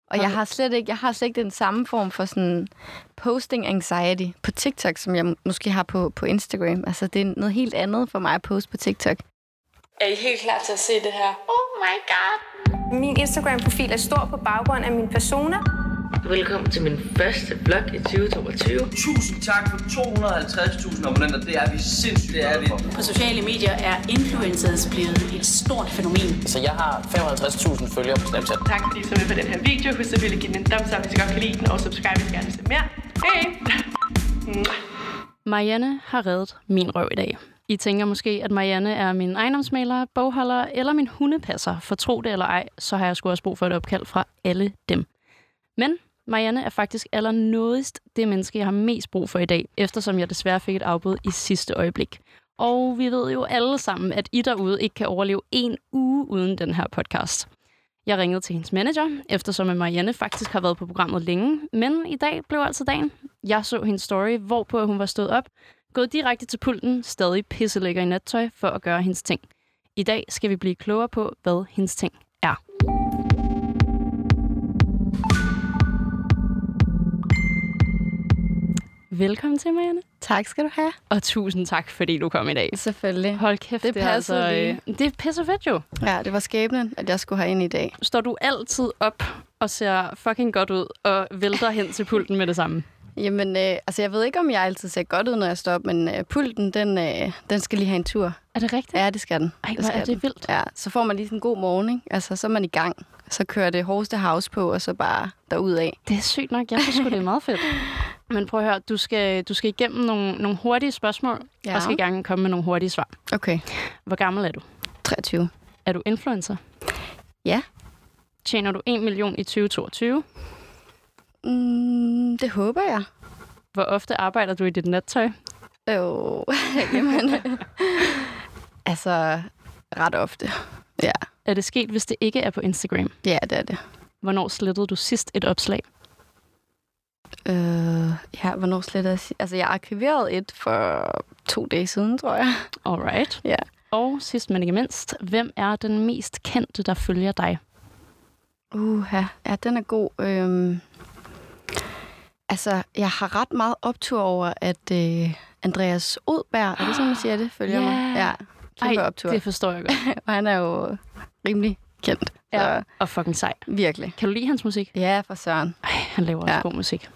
Og jeg har slet ikke den samme form for sådan posting anxiety på TikTok, som jeg måske har på Instagram. Altså, det er noget helt andet for mig at poste på TikTok. Er I helt klar til at se det her? Oh my god! Min Instagram-profil er stor på baggrund af mine personer. Velkommen til min første vlog i 2022. Tusind tak for 250.000 abonnenter. Det er vi sindssygt. Det er vi. På sociale medier er influencers blevet et stort fænomen. Så jeg har 55.000 følgere på Snapchat. Tak fordi I så med på den her video. Husk selvfølgelig at give den en thumbs up, hvis I godt kan lide den. Og subscribe, hvis I gerne vil se mere. Hej! Marianne har reddet min røv i dag. I tænker måske, at Marianne er min ejendomsmaler, bogholder eller min hundepasser. For tro det eller ej, så har jeg sgu også brug for et opkald fra alle dem. Men Marianne er faktisk allernådigst det menneske, jeg har mest brug for i dag, eftersom jeg desværre fik et afbud i sidste øjeblik. Og vi ved jo alle sammen, at I derude ikke kan overleve en uge uden den her podcast. Jeg ringede til hendes manager, eftersom Marianne faktisk har været på programmet længe, men i dag blev altså dagen. Jeg så hendes story, hvorpå hun var stået op, gået direkte til pulten, stadig pisselækker i nattøj for at gøre hendes ting. I dag skal vi blive klogere på, hvad hendes ting er. Velkommen til, Marianne. Tak skal du have. Og tusind tak, fordi du kom i dag. Selvfølgelig. Hold kæft, det passer lige. Det er pissefedt jo. Ja, det var skæbnen, at jeg skulle herind i dag. Står du altid op og ser fucking godt ud og vælter hen til pulten med det samme? Jamen, altså jeg ved ikke, om jeg altid ser godt ud, når jeg står op, men pulten, den skal lige have en tur. Er det rigtigt? Ja, det skal den. Ej, hvor er det vildt. Ja, så får man lige sådan en god morgen, ikke? Altså, så er man i gang. Så kører det hårdeste house på, og så bare derudad. Det er sygt nok. Jeg synes sgu, det er meget fedt. Men prøv at høre, du skal igennem nogle hurtige spørgsmål, og skal gerne komme med nogle hurtige svar. Okay. Hvor gammel er du? 23. Er du influencer? Ja. Tjener du 1 million i 2022? Det håber jeg. Hvor ofte arbejder du i dit nattøj? Jamen, altså ret ofte, ja. Er det sket, hvis det ikke er på Instagram? Ja, det er det. Hvornår slettede du sidst et opslag? Ja, hvornår slettede jeg? Altså, jeg arkiverede et for 2 dage siden, tror jeg. Alright. Ja. Og sidst men ikke mindst, hvem er den mest kendte, der følger dig? Ja, den er god. Altså, jeg har ret meget optur over, at Andreas Odberg, er det sådan, man siger det, følger mig? Ja, kæmpe optur. Det forstår jeg godt. Og han er jo rimelig kendt. Ja, og fucking sej. Virkelig. Kan du lide hans musik? Ja, for søren. Ej, han laver også god musik.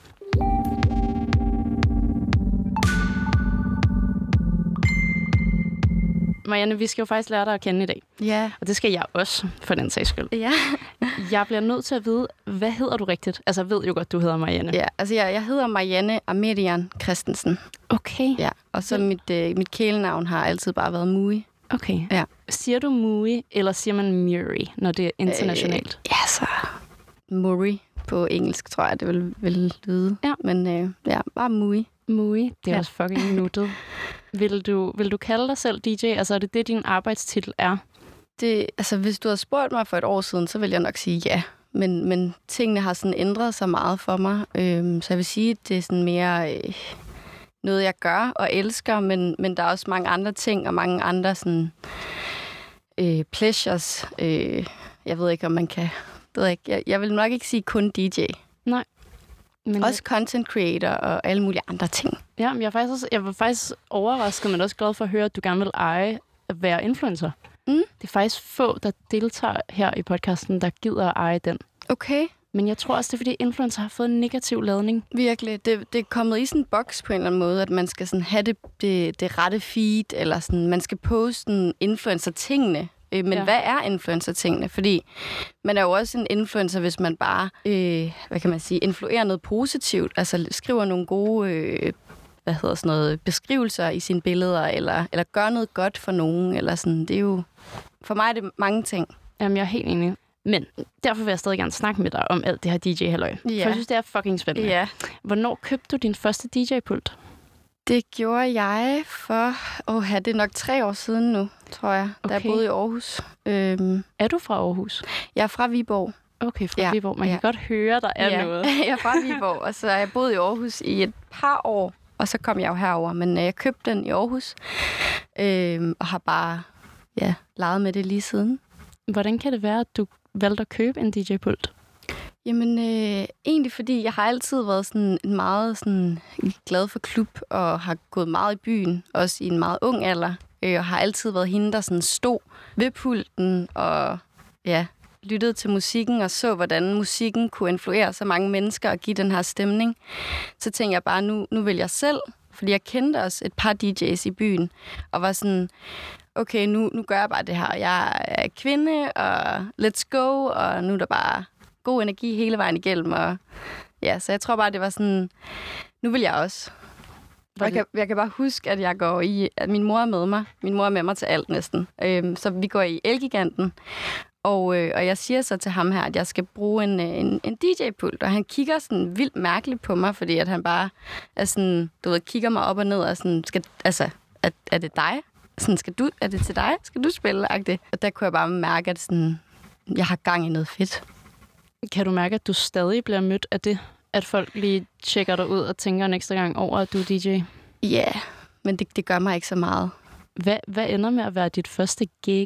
Marianne, vi skal jo faktisk lære dig at kende i dag. Ja. Og det skal jeg også, for den sags skyld. Ja. Jeg bliver nødt til at vide, hvad hedder du rigtigt? Altså, jeg ved jo godt, du hedder Marianne. Ja, altså jeg hedder Marianne Amedian Christensen. Okay. Ja, og så mit kælenavn har altid bare været Mui. Okay. Ja. Siger du Mui, eller siger man Murray, når det er internationalt? Ja, så Murray på engelsk, tror jeg, det vil lyde. Ja. Men bare Mui. Mui, det er også fucking nuttet. Vil du kalde dig selv DJ? Altså, er det din arbejdstitel er? Altså, hvis du havde spurgt mig for et år siden, så ville jeg nok sige ja. Men tingene har sådan ændret sig meget for mig. Så jeg vil sige, at det er sådan mere noget, jeg gør og elsker, men der er også mange andre ting og mange andre sådan pleasures. Jeg ved ikke, om man kan... Jeg vil nok ikke sige kun DJ. Nej. Men også content creator og alle mulige andre ting. Ja, men jeg var faktisk overrasket, men også glad for at høre, at du gerne vil at være influencer. Det er faktisk få, der deltager her i podcasten, der gider at eje den. Okay. Men jeg tror også, det er, fordi influencer har fået en negativ ladning. Virkelig. Det er kommet i sådan en boks på en eller anden måde, at man skal sådan have det rette feed, eller sådan, man skal poste influencer-tingene. Men hvad er influencer-tingene? Fordi man er jo også en influencer, hvis man bare, influerer noget positivt. Altså skriver nogle gode, beskrivelser i sine billeder, eller gør noget godt for nogen. Eller sådan. Det er jo, for mig er det mange ting. Jamen, jeg er helt enig. Men derfor vil jeg stadig gerne snakke med dig om alt det her DJ-halløj. For jeg synes, det er fucking spændende. Ja. Hvornår købte du din første DJ-pult? Det gjorde jeg for, det er nok 3 år siden nu, tror jeg, da jeg boede i Aarhus. Er du fra Aarhus? Jeg er fra Viborg. Okay, fra Viborg. Man kan godt høre, der er noget. Jeg er fra Viborg, og så har jeg boet i Aarhus i et par år, og så kom jeg jo herover. Men jeg købte den i Aarhus, og har bare leget med det lige siden. Hvordan kan det være, at du valgte at købe en DJ-pult? Jamen, egentlig fordi jeg har altid været sådan meget sådan glad for klub, og har gået meget i byen, også i en meget ung alder. Og har altid været hende, der sådan stod ved pulten og lyttede til musikken og så, hvordan musikken kunne influere så mange mennesker og give den her stemning. Så tænkte jeg bare, nu vil jeg selv, fordi jeg kendte også et par DJ's i byen, og var sådan, okay, nu gør jeg bare det her. Jeg er kvinde, og let's go, og nu er der bare god energi hele vejen igennem. Og ja, så jeg tror bare, det var sådan, nu vil jeg også. Jeg kan bare huske, at jeg går at min mor er med mig. Min mor er med mig til alt næsten. Så vi går i Elgiganten, og jeg siger så til ham her, at jeg skal bruge en DJ-pult, og han kigger sådan vildt mærkeligt på mig, fordi at han bare er sådan, du ved, kigger mig op og ned og sådan, er det dig? Sådan, er det til dig? Skal du spille? -agtigt? Og der kunne jeg bare mærke, at sådan, jeg har gang i noget fedt. Kan du mærke, at du stadig bliver mødt af det? At folk lige tjekker dig ud og tænker en ekstra gang over, at du er DJ? Ja, men det gør mig ikke så meget. Hvad ender med at være dit første gig?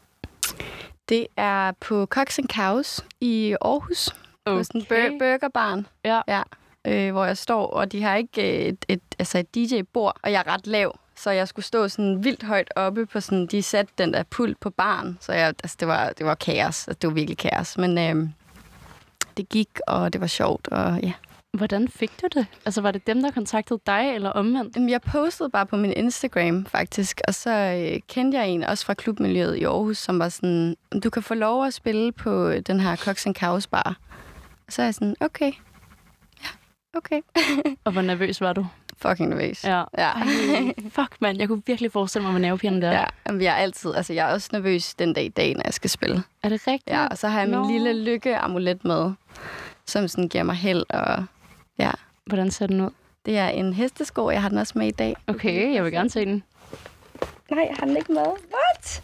Det er på Cox & Cows i Aarhus. Okay. På sådan en burgerbarn. Ja. Hvor jeg står, og de har ikke et DJ-bord, og jeg er ret lav. Så jeg skulle stå sådan vildt højt oppe på sådan, de satte den der pult på baren. Så det var kaos. Det var virkelig kaos. Men det gik, og det var sjovt, og ja. Hvordan fik du det? Altså, var det dem, der kontaktede dig, eller omvendt? Jeg postede bare på min Instagram, faktisk. Og så kendte jeg en, også fra klubmiljøet i Aarhus, som var sådan, du kan få lov at spille på den her Cox & Cows bar. Og så er jeg sådan, okay. Ja, okay. Og hvor nervøs var du? Fucking nervøs. Ja. Fuck, mand. Jeg kunne virkelig forestille mig med nervepigerne der. Ja, men jeg er også nervøs den dag i dag, når jeg skal spille. Er det rigtigt? Ja, og så har jeg min lille lykkeamulet med, som sådan giver mig held, og ja. Hvordan ser den ud? Det er en hestesko, jeg har den også med i dag. Okay, jeg vil gerne se den. Nej, jeg har den ikke med. What?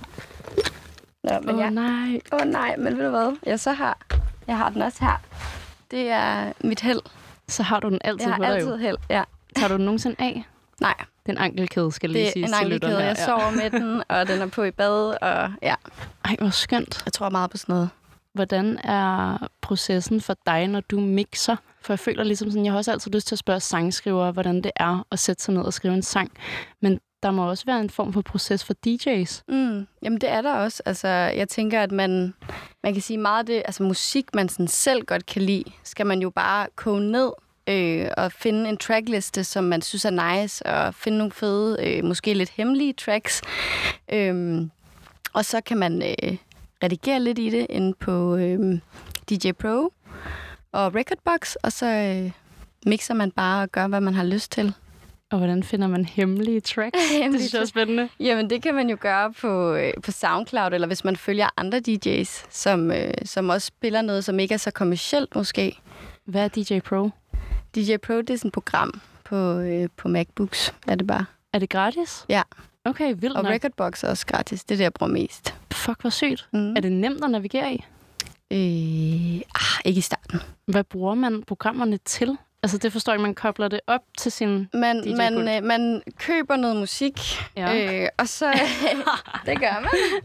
Nå, men nej, men ved du hvad? Jeg har den også her. Det er mit held. Så har du den altid på dig? Jeg har altid held, ja. Tager du den nogensinde af? Nej. Den ankelkæde skal lige sige til lytterne. Det er en ankelkæde, jeg sover med den, og den er på i bad, og ja. Ej, hvor skønt. Jeg tror meget på sådan noget. Hvordan er processen for dig, når du mixer? For jeg føler ligesom sådan, jeg har også altid lyst til at spørge sangskrivere, hvordan det er at sætte sig ned og skrive en sang. Men der må også være en form for proces for DJ's. Jamen det er der også. Altså, jeg tænker, at man kan sige meget af det, altså musik, man sådan selv godt kan lide, skal man jo bare koge ned og finde en trackliste, som man synes er nice, og finde nogle fede, måske lidt hemmelige tracks. Og så kan man redigere lidt i det inde på DJ Pro og Recordbox, og så mixer man bare og gør, hvad man har lyst til. Og hvordan finder man hemmelige tracks? Det synes jeg er spændende. Jamen, det kan man jo gøre på SoundCloud, eller hvis man følger andre DJ's, som også spiller noget, som ikke er så kommercielt måske. Hvad er DJ Pro? DJ Pro, det er sådan et program på MacBooks, er det bare. Er det gratis? Ja. Okay, vildt nok. Og Recordbox er også gratis. Det er det, jeg bruger mest. Fuck, hvor sygt. Er det nemt at navigere i? Ikke i starten. Hvad bruger man programmerne til? Altså, det forstår jeg, man kobler det op til sin DJ-pult. Man køber noget musik, og så... det gør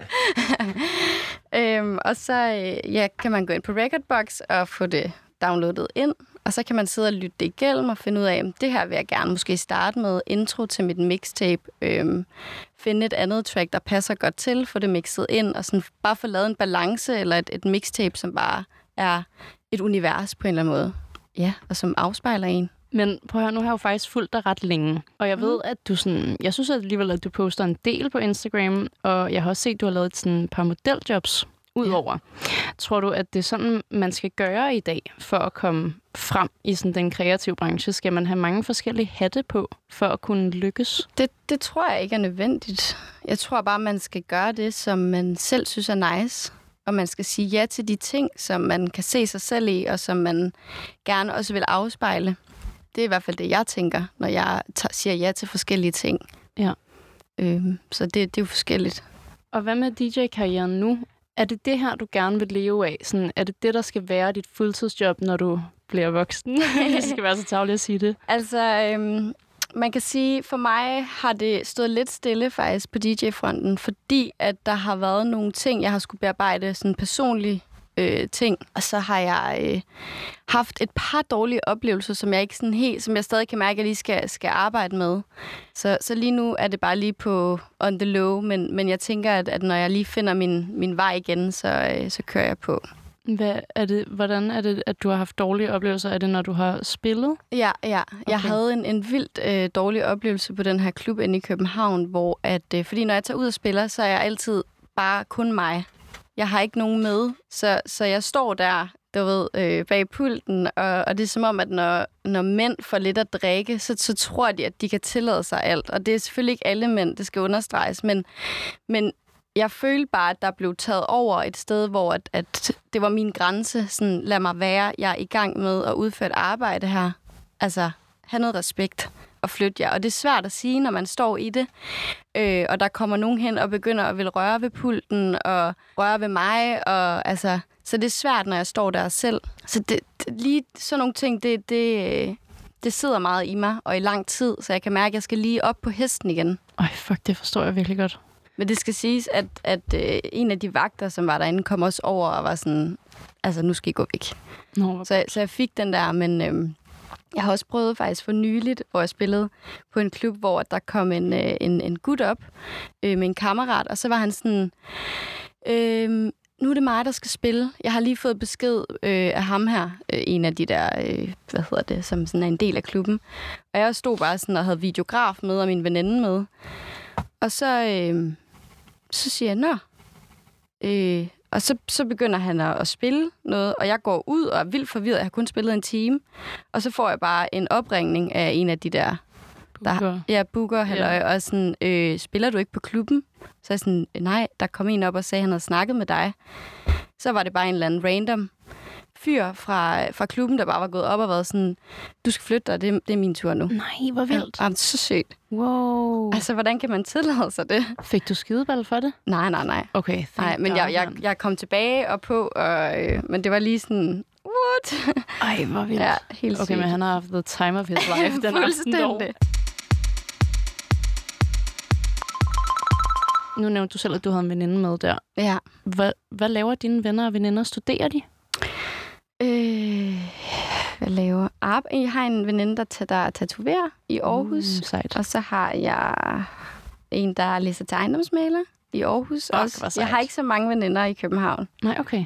man. Og så kan man gå ind på Recordbox og få det downloadet ind, og så kan man sidde og lytte det igennem og finde ud af, det her vil jeg gerne måske starte med intro til mit mixtape, finde et andet track, der passer godt til, få det mixet ind, og sådan bare få lavet en balance eller et mixtape, som bare er et univers på en eller anden måde. Ja, og som afspejler en. Men prøv at høre, nu har jeg jo faktisk fulgt dig ret længe. Og jeg ved, at du sådan... Jeg synes alligevel, at du poster en del på Instagram, og jeg har også set, at du har lavet sådan et par modeljobs udover. Ja. Tror du, at det er sådan, man skal gøre i dag, for at komme frem i sådan den kreative branche? Skal man have mange forskellige hatte på, for at kunne lykkes? Det tror jeg ikke er nødvendigt. Jeg tror bare, man skal gøre det, som man selv synes er nice. Og man skal sige ja til de ting, som man kan se sig selv i, og som man gerne også vil afspejle. Det er i hvert fald det, jeg tænker, når jeg siger ja til forskellige ting. Ja. Så det er jo forskelligt. Og hvad med DJ-karrieren nu? Er det her, du gerne vil leve af? Sådan, er det det, der skal være dit fuldtidsjob, når du bliver voksen? Det skal være så tarveligt at sige det. Altså, man kan sige, for mig har det stået lidt stille faktisk på DJ-fronten, fordi at der har været nogle ting, jeg har skulle bearbejde sådan personligt ting. Og så har jeg haft et par dårlige oplevelser, som jeg ikke sådan helt, som jeg stadig kan mærke, at jeg lige skal arbejde med. Så lige nu er det bare lige på on the low, men jeg tænker, at når jeg lige finder min vej igen, så kører jeg på. Hvordan er det, at du har haft dårlige oplevelser? Er det, når du har spillet? Ja. Okay. Jeg havde en vildt dårlig oplevelse på den her klub inde i København, hvor fordi når jeg tager ud og spiller, så er jeg altid bare kun mig. Jeg har ikke nogen med, så jeg står der, du ved, bag pulten, og det er som om, at når mænd får lidt at drikke, så tror de, at de kan tillade sig alt. Og det er selvfølgelig ikke alle mænd, det skal understreges, men jeg følte bare, at der blev taget over et sted, hvor at det var min grænse. Sådan, lad mig være, jeg er i gang med at udføre et arbejde her. Altså, have noget respekt og flytte jer. Og det er svært at sige, når man står i det. Og der kommer nogen hen og begynder at vil røre ved pulten og røre ved mig. Og, altså, så det er svært, når jeg står der selv. Så lige sådan nogle ting, det sidder meget i mig og i lang tid, så jeg kan mærke, at jeg skal lige op på hesten igen. Ej, fuck, det forstår jeg virkelig godt. Men det skal siges, at en af de vagter, som var derinde, kom også over og var sådan, altså nu skal I gå væk. Så jeg fik den der, men jeg har også prøvet faktisk for nyligt, hvor jeg spillede på en klub, hvor der kom en gut op med en kammerat, og så var han sådan, nu er det mig, der skal spille. Jeg har lige fået besked af ham her, en af de der, som sådan er en del af klubben. Og jeg stod bare sådan og havde videograf med og min veninde med. Og så siger jeg, nå. Og så begynder han at spille noget, og jeg går ud og er vildt forvirret. Jeg har kun spillet en time. Og så får jeg bare en opringning af en af de der booker, halløj, og sådan, spiller du ikke på klubben? Så jeg sådan, nej, der kom en op og sagde, at han havde snakket med dig. Så var det bare en eller anden random fyr fra klubben, der bare var gået op og været sådan, du skal flytte dig, det er min tur nu. Nej, hvor vildt. Ja, så sygt. Wow. Altså, hvordan kan man tillade sig det? Fik du skideball for det? Nej. Okay. Nej, men jeg kom tilbage og på, men det var lige sådan, what? Ej, hvor vildt. Ja, helt sygt. Okay, men han har haft the time of his life den aften dog. Nu nævnte du selv, at du havde en veninde med der. Ja. Hvad laver dine venner og veninder? Studerer de? Hvad laver? Jeg har en veninde, der tatoverer i Aarhus. Sejt. Og så har jeg en, der læser til ejendomsmægler i Aarhus. Jeg har ikke så mange veninder i København. Nej, okay.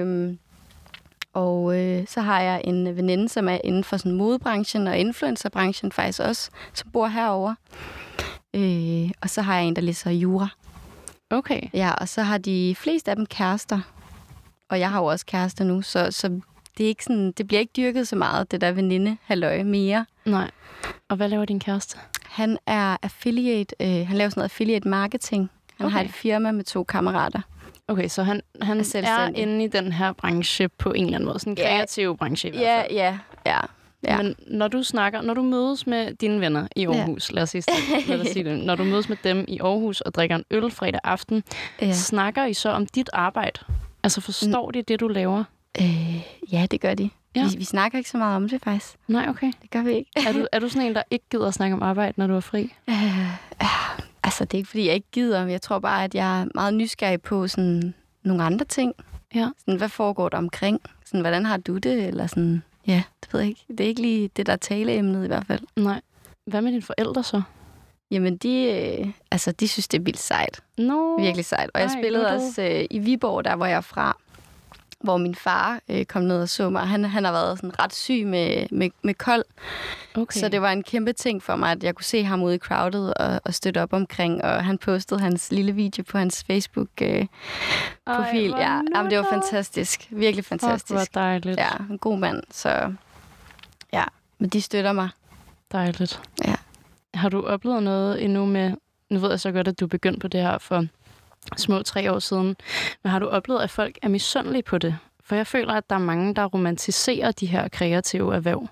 Så har jeg en veninde, som er inden for sådan modebranchen og influencerbranchen faktisk også, som bor herovre. Og så har jeg en, der læser jura. Okay. Ja, og så har de fleste af dem kærester. Og jeg har jo også kærester nu, så det er ikke sådan, det bliver ikke dyrket så meget, det der veninde-halløj mere. Nej. Og hvad laver din kæreste? Han er affiliate. Han laver sådan noget affiliate marketing. Han har et firma med 2 kammerater. Okay, så han er inde i den her branche på en eller anden måde. Sådan en kreativ branche i hvert fald. Ja. Men når du mødes med dine venner i Aarhus, lad os sige det, når du mødes med dem i Aarhus og drikker en øl fredag aften, snakker I så om dit arbejde? Altså forstår de det, du laver? Ja, det gør de. Ja. Vi snakker ikke så meget om det, faktisk. Nej, okay. Det gør vi ikke. Er du sådan en, der ikke gider at snakke om arbejde, når du er fri? Altså, det er ikke, fordi jeg ikke gider. Jeg tror bare, at jeg er meget nysgerrig på sådan nogle andre ting. Ja. Sådan, hvad foregår der omkring? Sådan, hvordan har du det? Eller sådan, ja, det ved jeg ikke. Det er ikke lige det, der er taleemnet i hvert fald. Nej. Hvad med dine forældre så? Jamen, de synes, det er vildt sejt. No. Virkelig sejt. Og jeg spillede også i Viborg, der hvor jeg er fra, hvor min far kom ned og så mig. Han har været sådan ret syg med kold. Okay. Så det var en kæmpe ting for mig, at jeg kunne se ham ude i crowdet og støtte op omkring. Og han postede hans lille video på hans Facebook-profil. Men det var fantastisk. Virkelig fantastisk. Hvor dejligt. Ja, en god mand. Så ja, men de støtter mig. Dejligt. Ja. Har du oplevet noget endnu med... Nu ved jeg så godt, at du begyndte på det her for små 3 år siden. Men har du oplevet, at folk er misundelige på det? For jeg føler, at der er mange, der romantiserer de her kreative erhverv.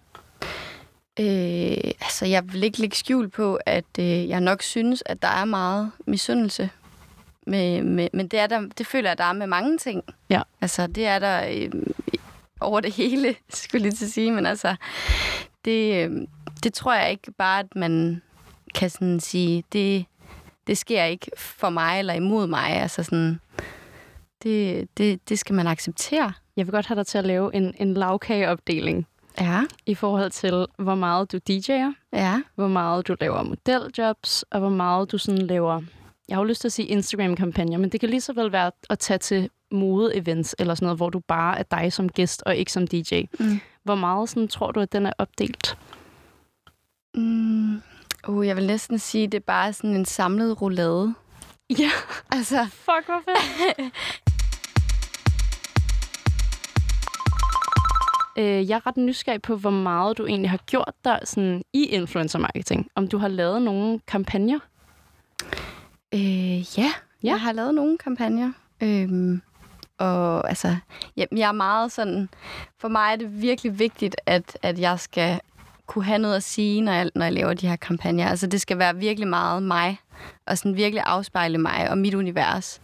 Jeg vil ikke lægge skjul på, at jeg nok synes, at der er meget misundelse. Men det føler jeg, at der er med mange ting. Ja. Altså, det er der over det hele, skulle jeg lige til at sige. Men altså, det tror jeg ikke bare, at man kan sådan sige, det sker ikke for mig eller imod mig. Altså sådan, det skal man acceptere. Jeg vil godt have dig til at lave en lavkageopdeling. Ja. I forhold til, hvor meget du DJ'er, Ja. hvor meget du laver modeljobs, og hvor meget du sådan laver, jeg har jo lyst til at sige Instagram-kampagner, men det kan lige så vel være at tage til mode-events eller sådan noget, hvor du bare er dig som gæst og ikke som DJ. Hvor meget sådan, tror du, at den er opdelt? Jeg vil næsten sige, at det er bare sådan en samlet roulade. Ja, Altså, fuck, hvor fedt. Jeg er ret nysgerrig på, hvor meget du egentlig har gjort der sådan, i influencer marketing. Om du har lavet nogle kampagner? ja, jeg har lavet nogle kampagner. Og altså, jeg er meget sådan... For mig er det virkelig vigtigt, at jeg skal kunne have noget at sige, når jeg laver de her kampagner. Altså, det skal være virkelig meget mig, og sådan virkelig afspejle mig og mit univers.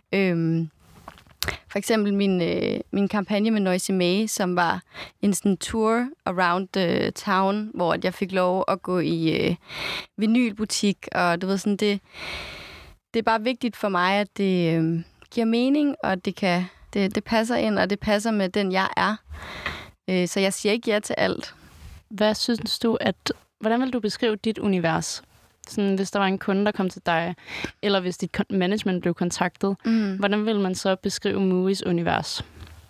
For eksempel min kampagne med Noisy May, som var en sådan tour around the town, hvor jeg fik lov at gå i vinylbutik, og du ved sådan, det er bare vigtigt for mig, at det giver mening, og at det passer ind, og det passer med den, jeg er. Så jeg siger ikke ja til alt. Hvad synes du, hvordan vil du beskrive dit univers? Sådan, hvis der var en kunde, der kom til dig, eller hvis dit management blev kontaktet, hvordan vil man så beskrive Movies univers?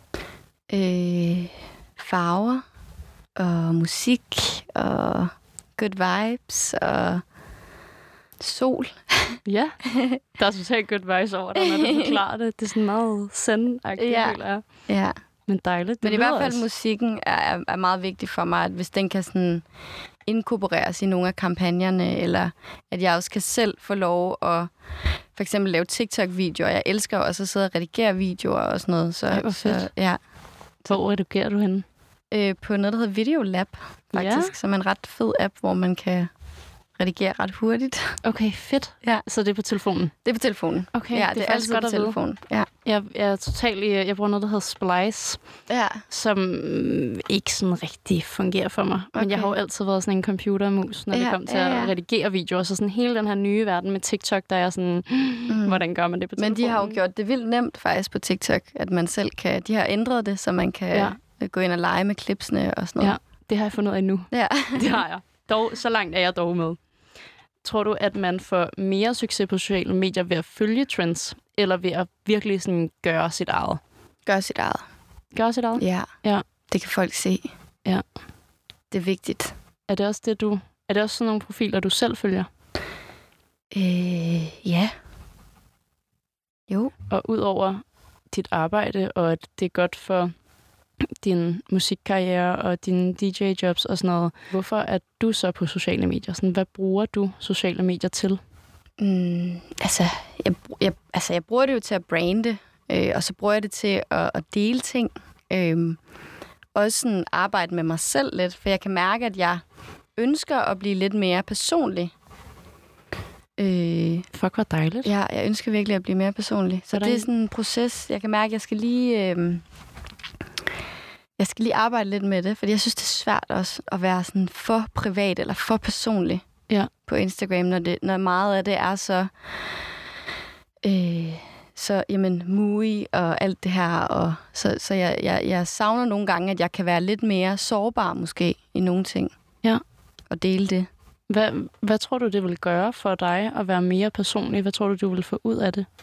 Farver, og musik, og good vibes, og sol. Ja, der er totalt good vibes over dig, når du forklarer det. Det er sådan meget zen-agtigt, Ja. Ja. Men dejligt. Men i hvert fald musikken er meget vigtig for mig, at hvis den kan sådan inkorporeres i nogle af kampagnerne, eller at jeg også kan selv få lov at for eksempel lave TikTok-videoer. Jeg elsker også at sidde og redigere videoer og sådan noget. Så, hvor fedt. Så, ja. Hvor redigerer du henne? På noget, der hedder Videolab, faktisk, som er en ret fed app, hvor man kan redigere ret hurtigt. Okay, fedt. Ja. Så det er på telefonen? Det er på telefonen. Okay, ja, det er altid på telefonen. Ja. Jeg bruger noget, der hedder Splice, som ikke sådan rigtig fungerer for mig. Okay. Men jeg har jo altid været sådan en computermus, når det kom til at redigere videoer. Så sådan hele den her nye verden med TikTok, der er sådan, hvordan gør man det på telefonen? Men de har jo gjort det vildt nemt faktisk på TikTok, at man selv kan... De har ændret det, så man kan gå ind og lege med klipsene og sådan noget. Ja, det har jeg fundet ud af nu. Ja. Det har jeg. Dog, så langt er jeg dog med. Tror du, at man får mere succes på sociale medier ved at følge trends, eller ved at virkelig sådan gøre sit eget? Gøre sit eget. Gøre sit eget? Ja. Det kan folk se. Ja. Det er vigtigt. Er det også sådan nogle profiler, du selv følger? Ja. Jo. Og udover dit arbejde, og at det er godt for din musikkarriere og dine DJ-jobs og sådan noget. Hvorfor er du så på sociale medier? Sådan, hvad bruger du sociale medier til? Jeg bruger det jo til at brande, og så bruger jeg det til at dele ting. Også sådan arbejde med mig selv lidt, for jeg kan mærke, at jeg ønsker at blive lidt mere personlig. Fuck, hvor dejligt. Ja, jeg ønsker virkelig at blive mere personlig. Så det er sådan en proces. Jeg kan mærke, at jeg skal lige arbejde lidt med det, fordi jeg synes, det er svært også at være sådan for privat eller for personlig på Instagram, når meget af det er så movie og alt det her. Og så jeg savner nogle gange, at jeg kan være lidt mere sårbar måske i nogle ting. Ja. Og dele det. Hvad tror du, det vil gøre for dig at være mere personlig? Hvad tror du vil få ud af det?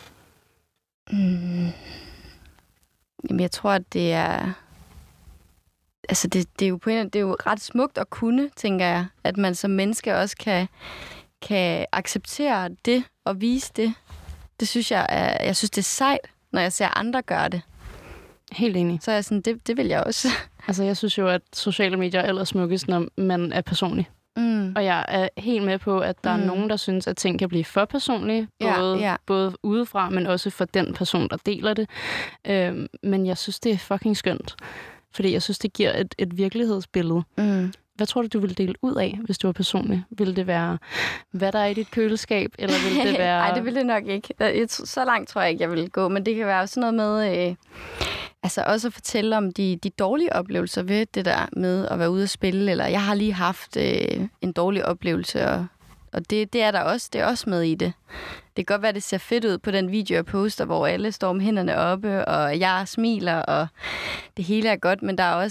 Jamen, jeg tror, at det er... Altså, det er jo det er jo ret smukt at kunne, tænker jeg. At man som menneske også kan acceptere det og vise det. Det synes jeg synes, det er sejt, når jeg ser andre gøre det. Helt enig. Så er jeg sådan, det vil jeg også. Altså, jeg synes jo, at sociale medier er ellers smukkest, når man er personlig. Og jeg er helt med på, at der er nogen, der synes, at ting kan blive for personlige. Både udefra, men også for den person, der deler det. Men jeg synes, det er fucking skønt. Fordi jeg synes, det giver et virkelighedsbillede. Hvad tror du vil dele ud af, hvis du er personlig? Vil det være, hvad der er i dit køleskab, eller vil det være... Nej, det vil det nok ikke. Så langt tror jeg ikke, jeg vil gå. Men det kan være sådan noget med... Altså også at fortælle om de dårlige oplevelser ved det der med at være ude at spille. Eller jeg har lige haft en dårlig oplevelse, og det er der også. Det er også med i det. Det kan godt være, at det ser fedt ud på den video, jeg poster, hvor alle står med hænderne oppe, og jeg smiler, og det hele er godt, men der er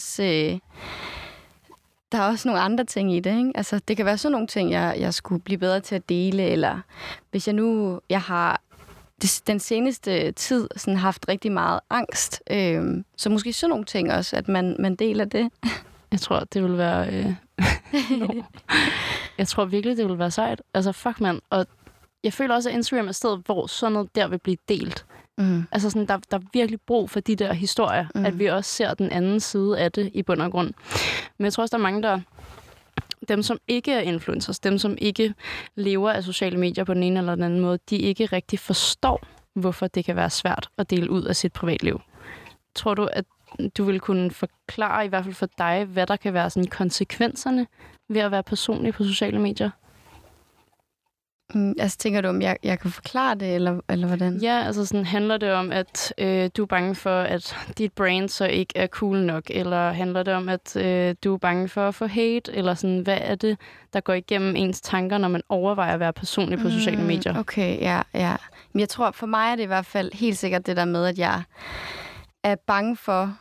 også nogle andre ting i det, ikke? Altså, det kan være sådan nogle ting, jeg skulle blive bedre til at dele, eller hvis jeg har den seneste tid sådan haft rigtig meget angst, så måske sådan nogle ting også, at man deler det. Jeg tror, det vil være... Jeg tror virkelig, det vil være sejt. Altså, fuck mand. Og jeg føler også, at Instagram er stedet, hvor sådan noget der vil blive delt. Altså, sådan, der er virkelig brug for de der historier, at vi også ser den anden side af det i bund og grund. Men jeg tror også, der er mange, dem, som ikke er influencers, dem, som ikke lever af sociale medier på den ene eller den anden måde, de ikke rigtig forstår, hvorfor det kan være svært at dele ud af sit privatliv. Tror du, at du vil kunne forklare, i hvert fald for dig, hvad der kan være sådan konsekvenserne ved at være personlig på sociale medier? Altså, tænker du, om jeg kan forklare det, eller hvordan? Ja, altså sådan handler det om, at du er bange for, at dit brand så ikke er cool nok, eller handler det om, at du er bange for at få hate, eller sådan, hvad er det, der går igennem ens tanker, når man overvejer at være personlig på sociale medier? Okay, ja. Men jeg tror, for mig er det i hvert fald helt sikkert det der med, at jeg er bange for...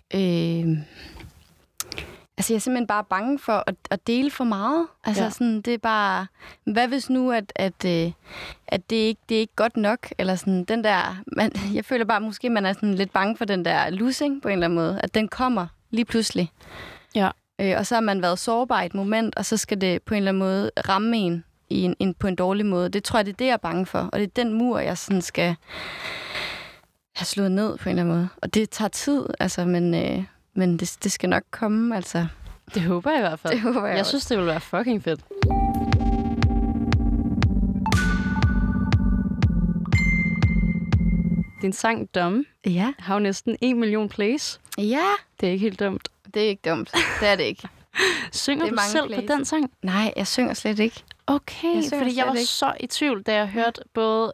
Altså, jeg er simpelthen bare bange for at dele for meget. Altså, sådan, det er bare... Hvad hvis nu, at det er ikke godt nok? Eller sådan, den der... Jeg føler bare, måske man er sådan lidt bange for den der losing på en eller anden måde. At den kommer lige pludselig. Ja. Og så har man været sårbar i et moment, og så skal det på en eller anden måde ramme en på en dårlig måde. Det tror jeg, det er det, jeg er bange for. Og det er den mur, jeg sådan skal have slået ned på en eller anden måde. Og det tager tid, altså, men det skal nok komme, altså. Det håber jeg i hvert fald. Det håber jeg synes, det vil være fucking fedt. Din sang Dumb har jo næsten 1 million plays. Ja. Det er ikke helt dumt. Det er ikke dumt. Det er det ikke. Synger du selv på den sang? Nej, jeg synger slet ikke. Okay, fordi jeg var så i tvivl, da jeg hørte både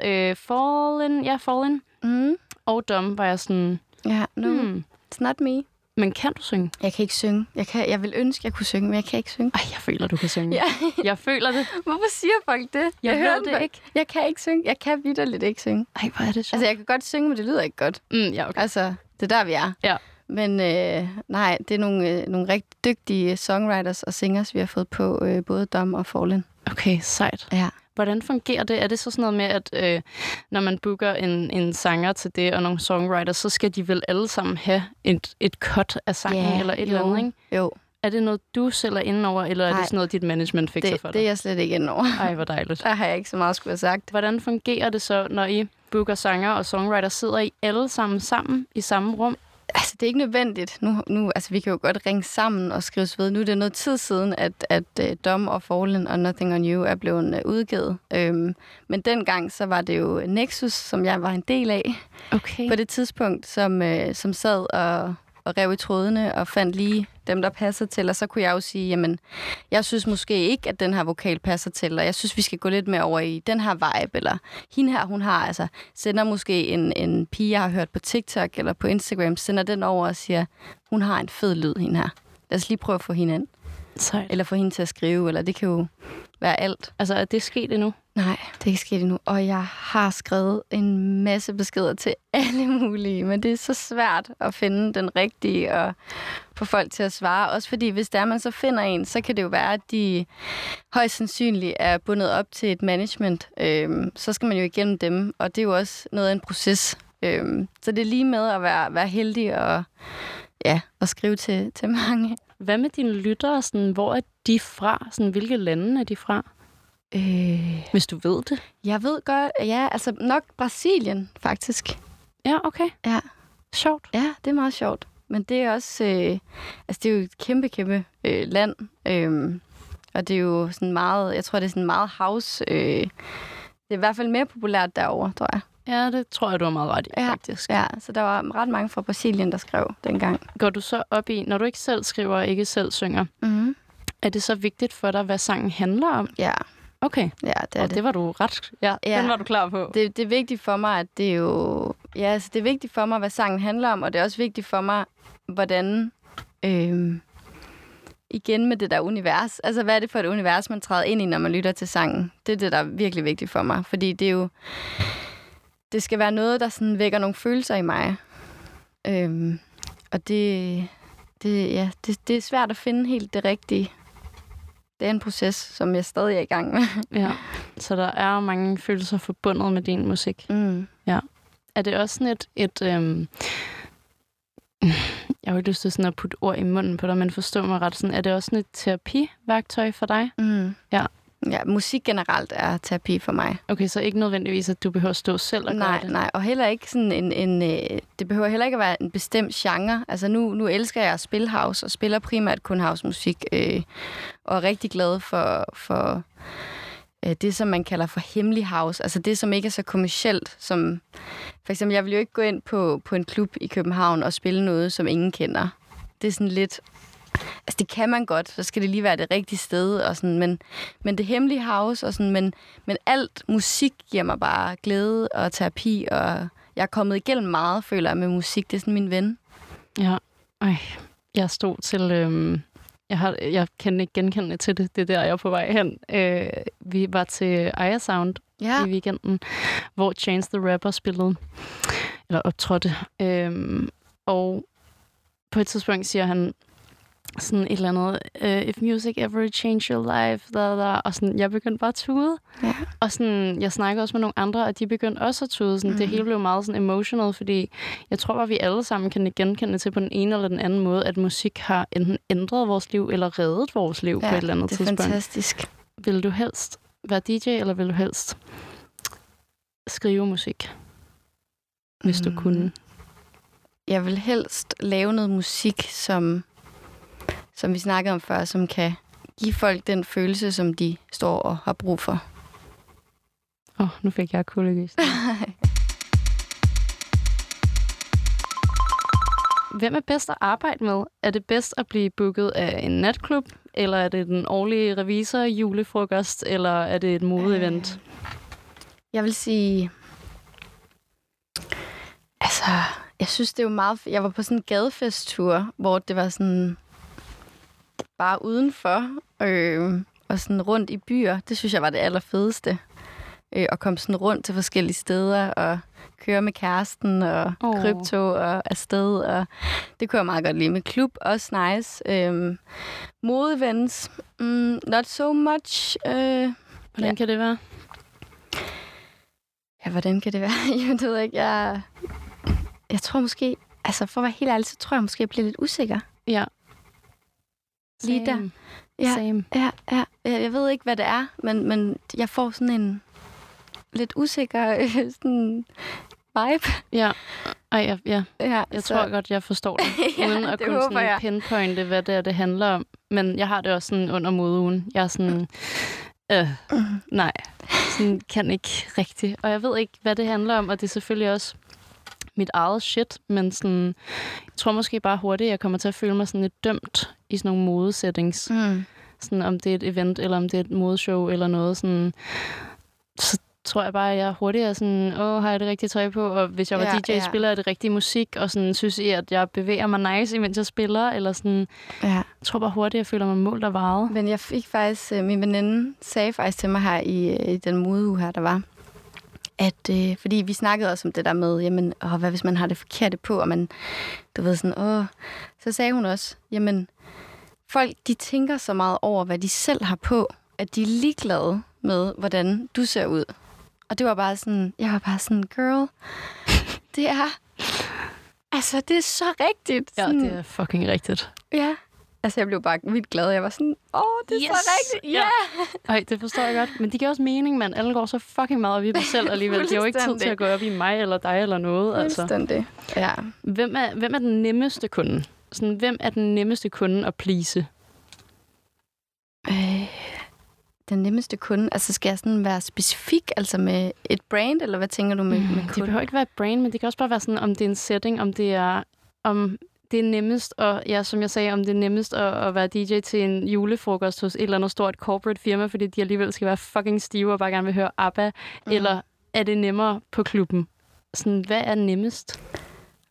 Fallen og Dumb, var jeg sådan... Ja, it's not me. Men kan du synge? Jeg kan ikke synge. Jeg vil ønske, jeg kunne synge, men jeg kan ikke synge. Ej, jeg føler, du kan synge. Ja. Jeg føler det. Hvorfor siger folk det? Jeg ved det ikke. Jeg kan ikke synge. Jeg kan vitterligt ikke synge. Ej, hvor er det sjovt. Altså, jeg kan godt synge, men det lyder ikke godt. Ja, okay. Altså, det er der, vi er. Ja. Men nej, det er nogle rigtig dygtige songwriters og singers, vi har fået på både Dumb og Fallen. Okay, sejt. Ja. Hvordan fungerer det? Er det så sådan noget med, at når man booker en sanger til det, og nogle songwriters, så skal de vel alle sammen have et cut af sangen eller et eller andet, ikke? Jo. Er det noget, du selv er inde over, eller er det sådan noget, dit management fikser for dig? Det er jeg slet ikke inde over. Ej, hvor dejligt. Der har jeg ikke så meget skulle have sagt. Hvordan fungerer det så, når I booker sanger og songwriters? Sidder I alle sammen i samme rum? Altså, det er ikke nødvendigt. Nu, altså, vi kan jo godt ringe sammen og skrives ved. Nu er det noget tid siden, at Dumb og Fallen og Nothing on You er blevet udgivet. Men dengang, så var det jo Nexus, som jeg var en del af. Okay. På det tidspunkt, som sad og rev i trådene og fandt lige dem, der passer til. Og så kunne jeg jo sige, jamen, jeg synes måske ikke, at den her vokal passer til, og jeg synes, vi skal gå lidt mere over i den her vibe, eller hende her, hun har, altså, sender måske en pige, jeg har hørt på TikTok eller på Instagram, sender den over og siger, hun har en fed lyd, hende her. Lad os lige prøve at få hende ind. Sejt. Eller få hende til at skrive, eller det kan jo være alt. Altså, er det sket endnu? Nej, det er ikke sket endnu. Og jeg har skrevet en masse beskeder til alle mulige, men det er så svært at finde den rigtige og få folk til at svare. Også fordi, hvis der man så finder en, så kan det jo være, at de højst sandsynligt er bundet op til et management. Så skal man jo igennem dem, og det er jo også noget af en proces. Så det er lige med at være heldig og skrive til mange. Hvad med dine lyttere? Sådan, hvor er de fra? Sådan, hvilke lande er de fra? Hvis du ved det. Jeg ved godt, ja, altså nok Brasilien, faktisk. Ja, okay. Ja. Sjovt. Ja, det er meget sjovt. Men det er også, altså det er jo et kæmpe land. Og det er jo sådan meget, jeg tror, det er sådan meget house. Det er i hvert fald mere populært derovre, tror jeg. Ja, det tror jeg, du har meget ret i, faktisk. Ja, så der var ret mange fra Brasilien, der skrev dengang. Går du så op i, når du ikke selv skriver og ikke selv synger, er det så vigtigt for dig, hvad sangen handler om? Ja. Okay. Ja, det er det var du ret... Ja, den var du klar på. Det er vigtigt for mig, at det er jo... Ja, altså, det er vigtigt for mig, hvad sangen handler om, og det er også vigtigt for mig, hvordan... igen med det der univers. Altså, hvad er det for et univers, man træder ind i, når man lytter til sangen? Det er det, der er virkelig vigtigt for mig. Fordi det er jo... Det skal være noget, der sådan vækker nogle følelser i mig. Og det er svært at finde helt det rigtige. Det er en proces, som jeg stadig er i gang med. Ja, så der er mange følelser forbundet med din musik. Ja. Er det også sådan jeg har ikke lyst til sådan at putte ord i munden på dig, men forstå mig ret. Sådan, er det også sådan et terapiværktøj for dig? Ja. Ja, musik generelt er terapi for mig. Okay, så ikke nødvendigvis, at du behøver at stå selv og gøre det? Nej, og heller ikke sådan det behøver heller ikke at være en bestemt genre. Altså nu elsker jeg at spille house, og spiller primært kun housemusik, og er rigtig glad for det, som man kalder for hemmelig house. Altså det, som ikke er så kommercielt, som... For eksempel, jeg vil jo ikke gå ind på en klub i København og spille noget, som ingen kender. Det er sådan lidt... Altså, det kan man godt, så skal det lige være det rigtige sted, og sådan, men det hemmelige house, og sådan, men alt musik giver mig bare glæde og terapi, og jeg er kommet igennem meget, føler jeg, med musik. Det er sådan min ven. Ja, jeg stod til... Jeg kan ikke genkende til det. Det er der, jeg er på vej hen. Vi var til Aya Sound i weekenden, hvor Chance the Rapper spillede, eller optrådte. Og på et tidspunkt siger han sådan et eller andet, if music ever change your life, og sådan, jeg begyndte bare at tude. Ja. Og sådan, jeg snakkede også med nogle andre, og de begyndte også at tude. Sådan, det hele blev meget sådan emotional, fordi jeg tror bare, vi alle sammen kan genkende til på den ene eller den anden måde, at musik har enten ændret vores liv, eller reddet vores liv på et eller andet tidspunkt. det er fantastisk. Vil du helst være DJ, eller vil du helst skrive musik, hvis du kunne? Jeg vil helst lave noget musik, som vi snakkede om før, som kan give folk den følelse, som de står og har brug for. Nu fik jeg kuldegysning. Hvem er bedst at arbejde med? Er det bedst at blive booket af en natklub, eller er det den årlige revisor, julefrokost, eller er det et modeevent? Jeg vil sige... Altså, jeg synes, det er jo meget... Jeg var på sådan en gadefesttur, hvor det var sådan... bare udenfor, og sådan rundt i byer. Det synes jeg var det allerfedeste. At komme sådan rundt til forskellige steder, og køre med kæresten, og krypto, og afsted. Og det kunne jeg meget godt lide. Med klub, også nice. Modeevents, not so much. Hvordan kan det være? Ja, hvordan kan det være? Jeg ved ikke, jeg tror måske... Altså, for at være helt ærlig, så tror jeg måske, jeg bliver lidt usikker. Ja. Lige der. Same. Ja. Jeg ved ikke, hvad det er, men jeg får sådan en lidt usikker sådan vibe. Ja. Jeg tror godt, jeg forstår det. Uden at kunne sådan pinpointe, hvad det er, det handler om. Men jeg har det også sådan under modeugen. Jeg er sådan... nej, sådan kan ikke rigtigt. Og jeg ved ikke, hvad det handler om, og det er selvfølgelig også mit eget shit, men sådan, jeg tror måske bare hurtigt, at jeg kommer til at føle mig sådan lidt dømt i sådan nogle modesettings. Sådan om det er et event, eller om det er et modeshow, eller noget sådan. Så tror jeg bare, at jeg hurtigt er sådan, har jeg det rigtige tøj på? Og hvis jeg var DJ, spiller jeg det rigtige musik, og sådan synes I, at jeg bevæger mig nice, imens jeg spiller, eller sådan. Ja. Jeg tror bare hurtigt, at jeg føler mig målt og varet. Men jeg fik faktisk, min veninde sagde faktisk til mig her i den modeuge her, der var, at, fordi vi snakkede også om det der med, jamen, hvad hvis man har det forkerte på, og man, du ved sådan, så sagde hun også, jamen, folk, de tænker så meget over, hvad de selv har på, at de er ligeglade med, hvordan du ser ud. Og det var bare sådan, jeg var bare sådan, girl, det er så rigtigt. Ja, sådan, det er fucking rigtigt. Ja. Altså, jeg blev bare vildt glad. Jeg var sådan, det er så rigtigt. Ja. Ej, det forstår jeg godt. Men det giver også mening, man. Alle går så fucking meget op i sig selv alligevel. De har jo ikke tid til at gå op i mig eller dig eller noget. Fuldstændig. Ja. Hvem er den nemmeste kunde? Sådan, hvem er den nemmeste kunde at please? Den nemmeste kunde? Altså, skal jeg sådan være specifik, altså med et brand, eller hvad tænker du med kunde? Det behøver ikke være et brand, men det kan også bare være sådan, om det er en setting, om det er nemmest, og ja, som jeg sagde, om det er nemmest at være DJ til en julefrokost hos et eller andet stort corporate firma, fordi de alligevel skal være fucking stive og bare gerne vil høre ABBA, eller er det nemmere på klubben? Sådan, hvad er nemmest?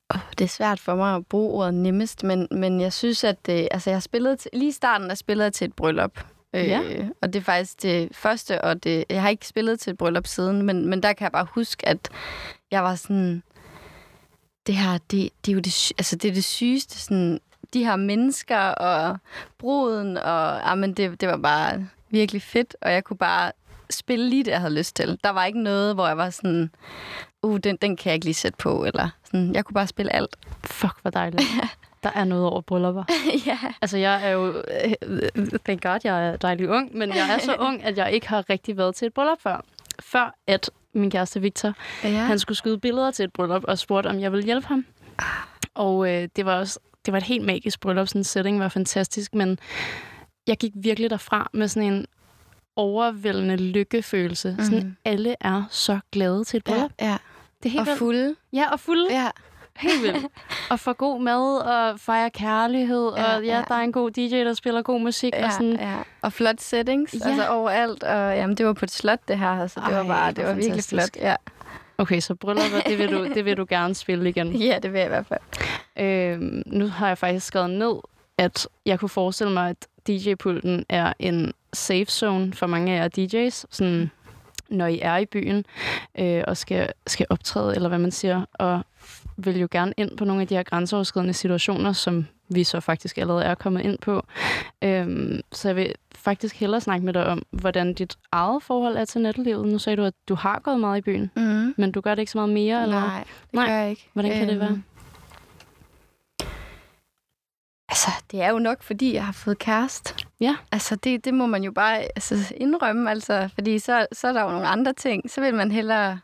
Det er svært for mig at bruge ordet nemmest, men jeg synes, at jeg spillede lige i starten, der spillede jeg til et bryllup. Og det er faktisk det første, og jeg har ikke spillet til et bryllup siden, men der kan jeg bare huske, at jeg var sådan, det her, det er jo det er det sygeste, sådan, de her mennesker og bruden, og det var bare virkelig fedt, og jeg kunne bare spille lige det, jeg havde lyst til. Der var ikke noget, hvor jeg var sådan, den kan jeg ikke lige sætte på, eller sådan, jeg kunne bare spille alt. Fuck, hvor dejligt. Der er noget over bryllupper. Ja. Altså, jeg er jo... Thank God, jeg er dejlig ung, men jeg er så ung, at jeg ikke har rigtig været til et bryllup før. Før at min kæreste Victor, han skulle skyde billeder til et bryllup og spurgte, om jeg ville hjælpe ham. Og det var et helt magisk bryllup. Sådan en setting var fantastisk, men jeg gik virkelig derfra med sådan en overvældende lykkefølelse. Sådan, alle er så glade til et bryllup. Ja. Det er helt og fulde. Ja, og fulde. Ja. Helt vildt. Og få god mad og fejre kærlighed. Og der er en god DJ, der spiller god musik. Og sådan. Ja. Og flot settings, altså overalt. Og jamen, det var på et slot, det her. Altså, det var virkelig flot. Ja. Okay, så bryllupper, det vil du gerne spille igen. Ja, det vil jeg i hvert fald. Nu har jeg faktisk skrevet ned, at jeg kunne forestille mig, at DJ-pulten er en safe zone for mange af jer DJ's. Sådan, når I er i byen og skal optræde, eller hvad man siger, og vil jo gerne ind på nogle af de her grænseoverskridende situationer, som vi så faktisk allerede er kommet ind på. Så jeg vil faktisk hellere snakke med dig om, hvordan dit eget forhold er til nattelivet. Nu sagde du, at du har gået meget i byen, men du gør det ikke så meget mere, eller? Nej, det gør jeg ikke. Hvordan kan det være? Altså, det er jo nok, fordi jeg har fået kæreste. Ja. Altså, det må man jo bare indrømme, altså, fordi så er der jo nogle andre ting. Så vil man hellere,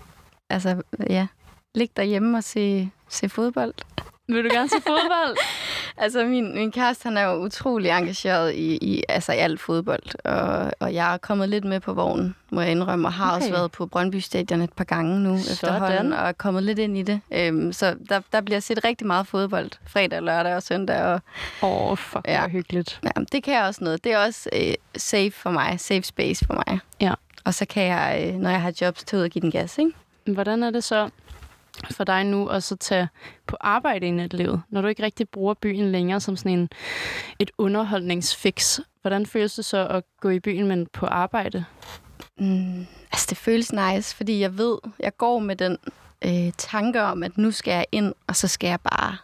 ligge derhjemme og se fodbold. Vil du gerne se fodbold? Altså, min kæreste, han er jo utrolig engageret i alt fodbold, og jeg er kommet lidt med på vognen, må jeg indrømme, og har også været på Brøndby Stadion et par gange nu efterhånden, og er kommet lidt ind i det. Så der bliver set rigtig meget fodbold fredag, lørdag og søndag. Fuck, det er hyggeligt. Ja, det kan jeg også noget. Det er også safe for mig, safe space for mig. Ja. Og så kan jeg, når jeg har jobs, tage ud og give den gas, ikke? Hvordan er det så for dig nu at så tage på arbejde i nattelivet, når du ikke rigtig bruger byen længere som sådan et underholdningsfix? Hvordan føles det så at gå i byen, men på arbejde? Det føles nice, fordi jeg ved, jeg går med den tanke om, at nu skal jeg ind, og så skal jeg bare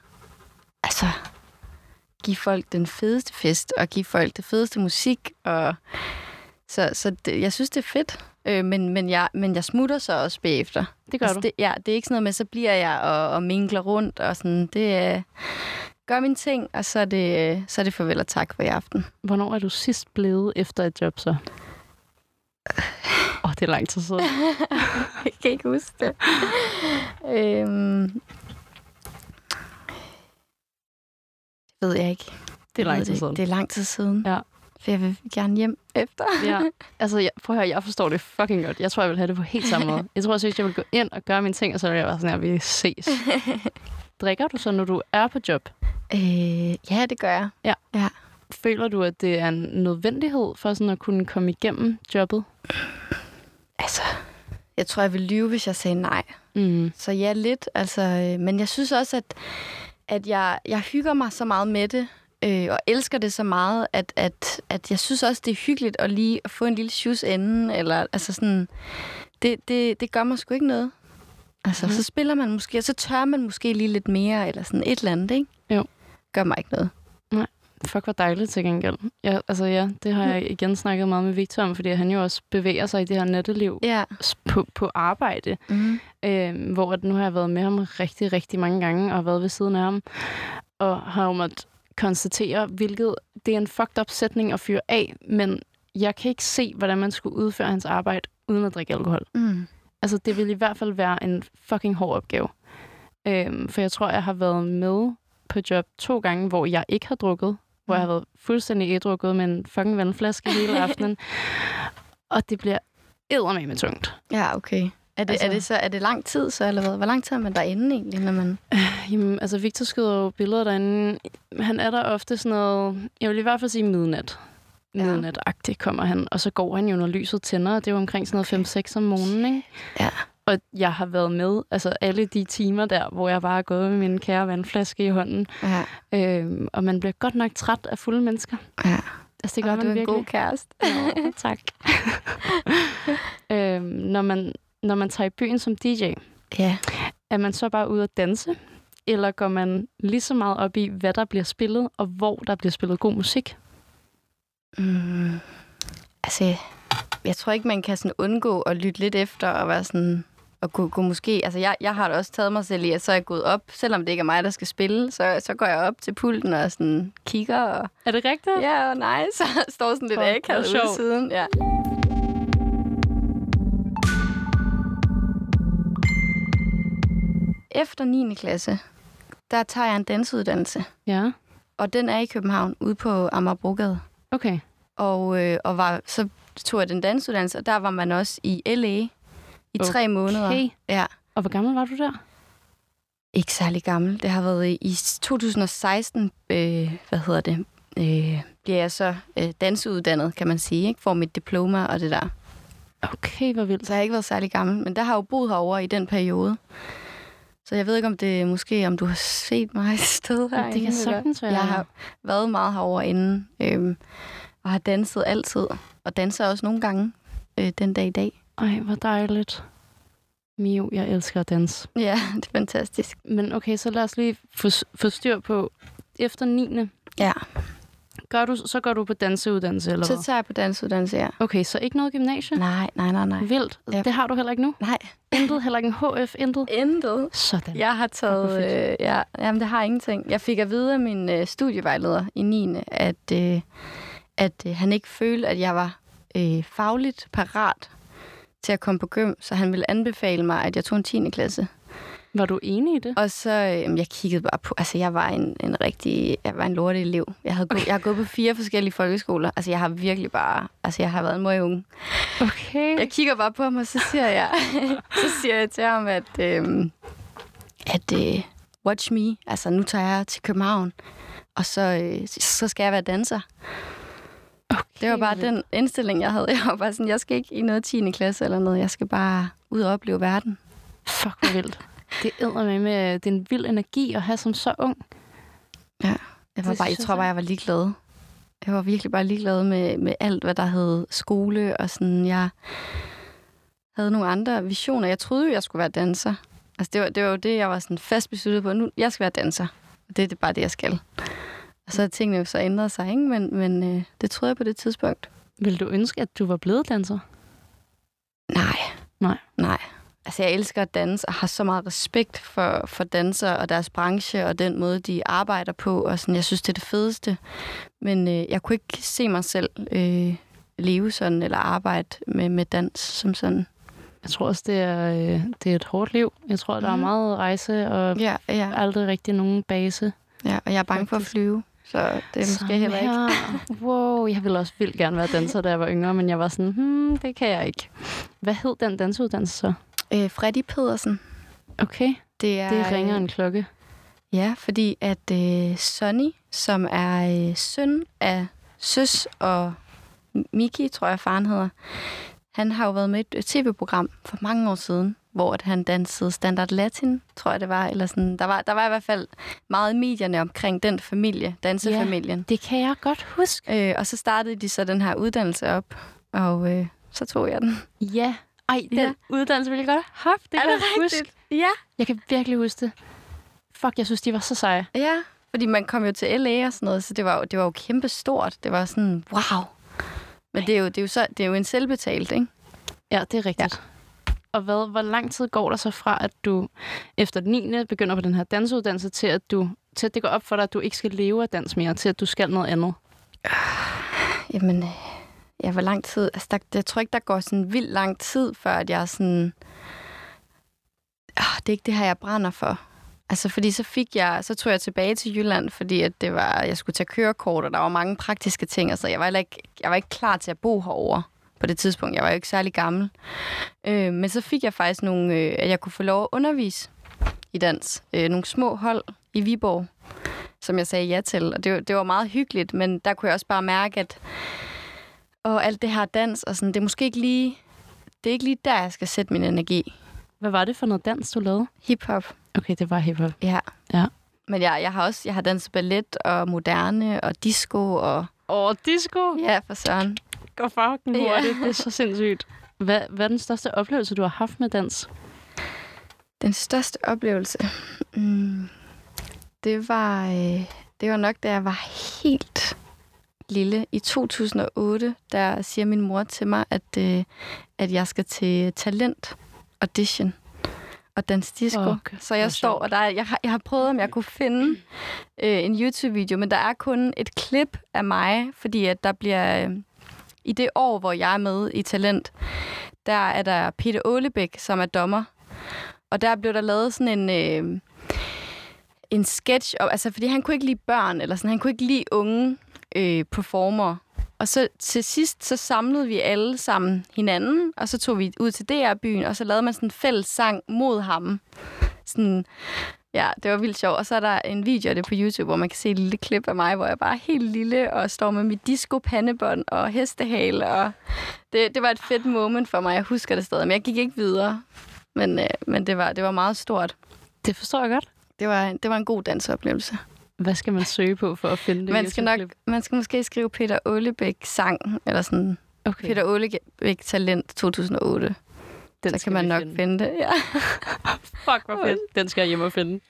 give folk den fedeste fest, og give folk det fedeste musik, og så jeg synes, det er fedt. Men jeg smutter så også bagefter. Det gør du? Det er ikke sådan noget med, så bliver jeg og minkler rundt, og sådan, det gør mine ting, og så er det farvel og tak for i aften. Hvornår er du sidst blevet efter et job, så? Det er lang tid siden. Jeg kan ikke huske det. Det ved jeg ikke. Det er lang tid siden. Det er lang tid siden. Ja. For jeg vil gerne hjem efter. Ja. Altså, prøv at høre, jeg forstår det fucking godt. Jeg tror, jeg vil have det på helt samme måde. Jeg tror også, jeg vil gå ind og gøre mine ting, og så vil jeg være sådan, at vi ses. Drikker du så, når du er på job? Ja, det gør jeg. Ja. Føler du, at det er en nødvendighed for sådan at kunne komme igennem jobbet? Altså, jeg tror, jeg vil lyve, hvis jeg sagde nej. Så ja, lidt. Men jeg synes også, at jeg hygger mig så meget med det, og elsker det så meget, at jeg synes også, det er hyggeligt at lige få en lille sjus inden, eller sådan, det gør mig sgu ikke noget. Så spiller man måske, og så tør man måske lige lidt mere, eller sådan et eller andet, ikke? Jo. Gør mig ikke noget. Nej, fuck, hvor dejligt til gengæld. Det har jeg igen snakket meget med Victor om, fordi han jo også bevæger sig i det her natteliv på arbejde, hvor nu har jeg været med ham rigtig, rigtig mange gange, og været ved siden af ham, og har jo måttet konstatere, hvilket det er en fucked up sætning at fyre af, men jeg kan ikke se, hvordan man skulle udføre hans arbejde uden at drikke alkohol. Det vil i hvert fald være en fucking hård opgave. For jeg tror, jeg har været med på job 2 gange, hvor jeg ikke har drukket, hvor jeg har været fuldstændig ædru med en fucking vandflaske hele aftenen. Og det bliver eddermame tungt. Ja, okay. Er det lang tid så, eller hvad? Hvor lang tid er man derinde egentlig, når man... Jamen, Victor skyder jo billeder derinde. Han er der ofte sådan noget... Jeg vil i hvert fald sige midnat. Midnat-agtigt kommer han. Og så går han jo, når lyset tænder, og det er jo omkring sådan noget 5-6 om morgenen, ikke? Ja. Og jeg har været med, altså alle de timer der, hvor jeg bare har gået med min kære vandflaske i hånden. Ja. Og man bliver godt nok træt af fulde mennesker. Ja. Altså, det gør man virkelig. Du er en god kæreste. Nå, tak. Når man tager i byen som DJ, er man så bare ude at danse? Eller går man lige så meget op i, hvad der bliver spillet, og hvor der bliver spillet god musik? Altså, jeg tror ikke, man kan sådan undgå at lytte lidt efter og være sådan... Og gå måske... Altså, jeg har da også taget mig selv i, at så er jeg gået op, selvom det ikke er mig, der skal spille, så går jeg op til pulten og sådan kigger. Og, er det rigtigt? Ja, og nej, så står sådan lidt akavet ude i siden. Ja. Efter 9. klasse, der tager jeg en danseuddannelse. Ja. Og den er i København, ude på Amagerbrogade. Okay. Så tog jeg den danseuddannelse, og der var man også i LA i 3 måneder. Ja. Og hvor gammel var du der? Ikke særlig gammel. Det har været i 2016, bliver jeg så danseuddannet, kan man sige, ikke? Får mit diploma og det der. Okay, hvor vildt. Så jeg har ikke været særlig gammel, men der har jeg jo boet herovre i den periode. Så jeg ved ikke, om du har set mig et sted her. Det kan sagtens være. Jeg har været meget herovre inden, og har danset altid. Og danser også nogle gange den dag i dag. Ej, hvor dejligt. Mio, jeg elsker at danse. Ja, det er fantastisk. Men okay, så lad os lige få styr på. Efter 9. Ja. Så går du på danseuddannelse, eller hvad? Så tager jeg på danseuddannelse, ja. Okay, så ikke noget gymnasie? Nej. Vildt. Yep. Det har du heller ikke nu? Nej. Intet? Heller ikke en HF? Intet? Intet. Sådan. Jeg har taget... jamen, det har ingenting. Jeg fik at vide af min studievejleder i 9. At han ikke følte, at jeg var fagligt parat til at komme på gym, så han ville anbefale mig, at jeg tog en 10. klasse. Var du enig i det? Og så, jeg kiggede bare på, altså jeg var en lorteelev. Jeg har gået på 4 forskellige folkeskoler. Altså jeg har virkelig bare, jeg har været en møgunge. Okay. Jeg kigger bare på ham, og så siger jeg til ham, at watch me, altså nu tager jeg til København, og så skal jeg være danser. Okay. Det var bare den indstilling, jeg havde. Jeg var bare sådan, jeg skal ikke i noget 10. klasse eller noget. Jeg skal bare ud og opleve verden. Fuck, hvor vildt. Det æder med den vild energi at have som så ung. Ja, jeg tror bare, jeg var ligeglad. Jeg var virkelig bare ligeglad med alt, hvad der hed skole, og sådan, jeg havde nogle andre visioner. Jeg troede jo, jeg skulle være danser. Altså, det var jo det, jeg var sådan fast besluttet på. Nu, jeg skal være danser. Og det er bare det, jeg skal. Og så har tingene jo så ændret sig, ikke? Men det troede jeg på det tidspunkt. Vil du ønske, at du var blevet danser? Nej. Altså, jeg elsker at danse, og har så meget respekt for dansere og deres branche, og den måde, de arbejder på, og sådan, jeg synes, det er det fedeste. Men jeg kunne ikke se mig selv leve sådan, eller arbejde med dans som sådan. Jeg tror også, det er et hårdt liv. Jeg tror, der er meget rejse, og aldrig rigtig nogen base. Ja, og jeg er bange for at flyve, så det er måske heller ikke. Wow, jeg ville også vildt gerne være danser, da jeg var yngre, men jeg var sådan, det kan jeg ikke. Hvad hed den danseuddannelse så? Freddy Pedersen. Okay, det ringer en klokke. Ja, fordi at Sonny, som er søn af Søs og Miki, tror jeg faren hedder, han har jo været med i et tv-program for mange år siden, hvor han dansede Standard Latin, tror jeg det var. Eller sådan. Der var i hvert fald meget i medierne omkring den familie, dansefamilien. Ja, det kan jeg godt huske. Og så startede de så den her uddannelse op, og så tog jeg den. Ja. Ej, den uddannelse ville jeg godt have haft. Det kan jeg huske. Ja. Jeg kan virkelig huske det. Fuck, jeg synes, de var så seje. Ja, fordi man kom jo til LA og sådan noget, så det var jo kæmpe stort. Det var sådan, wow. Men det er jo en selvbetalt, ikke? Ja, det er rigtigt. Ja. Og hvor lang tid går der så fra, at du efter 9. begynder på den her dansuddannelse, til at det går op for dig, at du ikke skal leve af dans mere, til at du skal noget andet? Jamen, hvor lang tid? Altså, jeg tror ikke, der går sådan vildt lang tid, før at jeg er sådan... det er ikke det her, jeg brænder for. Altså, fordi så tog jeg tilbage til Jylland, fordi at jeg skulle tage kørekort, og der var mange praktiske ting. Altså, jeg var ikke klar til at bo herovre på det tidspunkt. Jeg var jo ikke særlig gammel. Men så fik jeg faktisk at jeg kunne få lov at undervise i dans. Nogle små hold i Viborg, som jeg sagde ja til. Og det var meget hyggeligt, men der kunne jeg også bare mærke, at alt det her dans, og sådan, det er måske ikke lige... Det er ikke lige der, jeg skal sætte min energi. Hvad var det for noget dans, du lavede? Hip-hop. Okay, det var hip-hop. Ja. Ja. Men jeg har danset ballet og moderne og disco og... disco? Ja, for søren. Går fucking hurtigt. Det er så sindssygt. Hvad er den største oplevelse, du har haft med dans? Den største oplevelse? Det var nok, da jeg var helt lille. I 2008, der siger min mor til mig, at jeg skal til talent audition og dans disco. Så jeg står, og jeg har prøvet, om jeg kunne finde en YouTube-video, men der er kun et klip af mig, fordi at der bliver... I det år, hvor jeg er med i Talent, der er der Peter Aalebæk, som er dommer. Og der blev der lavet sådan en sketch, altså fordi han kunne ikke lide børn, eller sådan, han kunne ikke lide unge performer. Og så til sidst, så samlede vi alle sammen hinanden, og så tog vi ud til DR-byen, og så lavede man sådan en fælles sang mod ham. Sådan, ja, det var vildt sjovt. Og så er der en video af det på YouTube, hvor man kan se et lille klip af mig, hvor jeg bare er helt lille og står med mit disco-pandebånd og hestehale. Og det var et fedt moment for mig. Jeg husker det stadig, men jeg gik ikke videre. Men det var meget stort. Det forstår jeg godt. Det var en god danseoplevelse. Hvad skal man søge på for at finde det? Man skal måske skrive Peter Aalebæk sang, eller sådan Peter Aalebæk Talent 2008. Så kan man nok finde det, ja. Fuck, hvor fedt. Den skal jeg hjem og finde.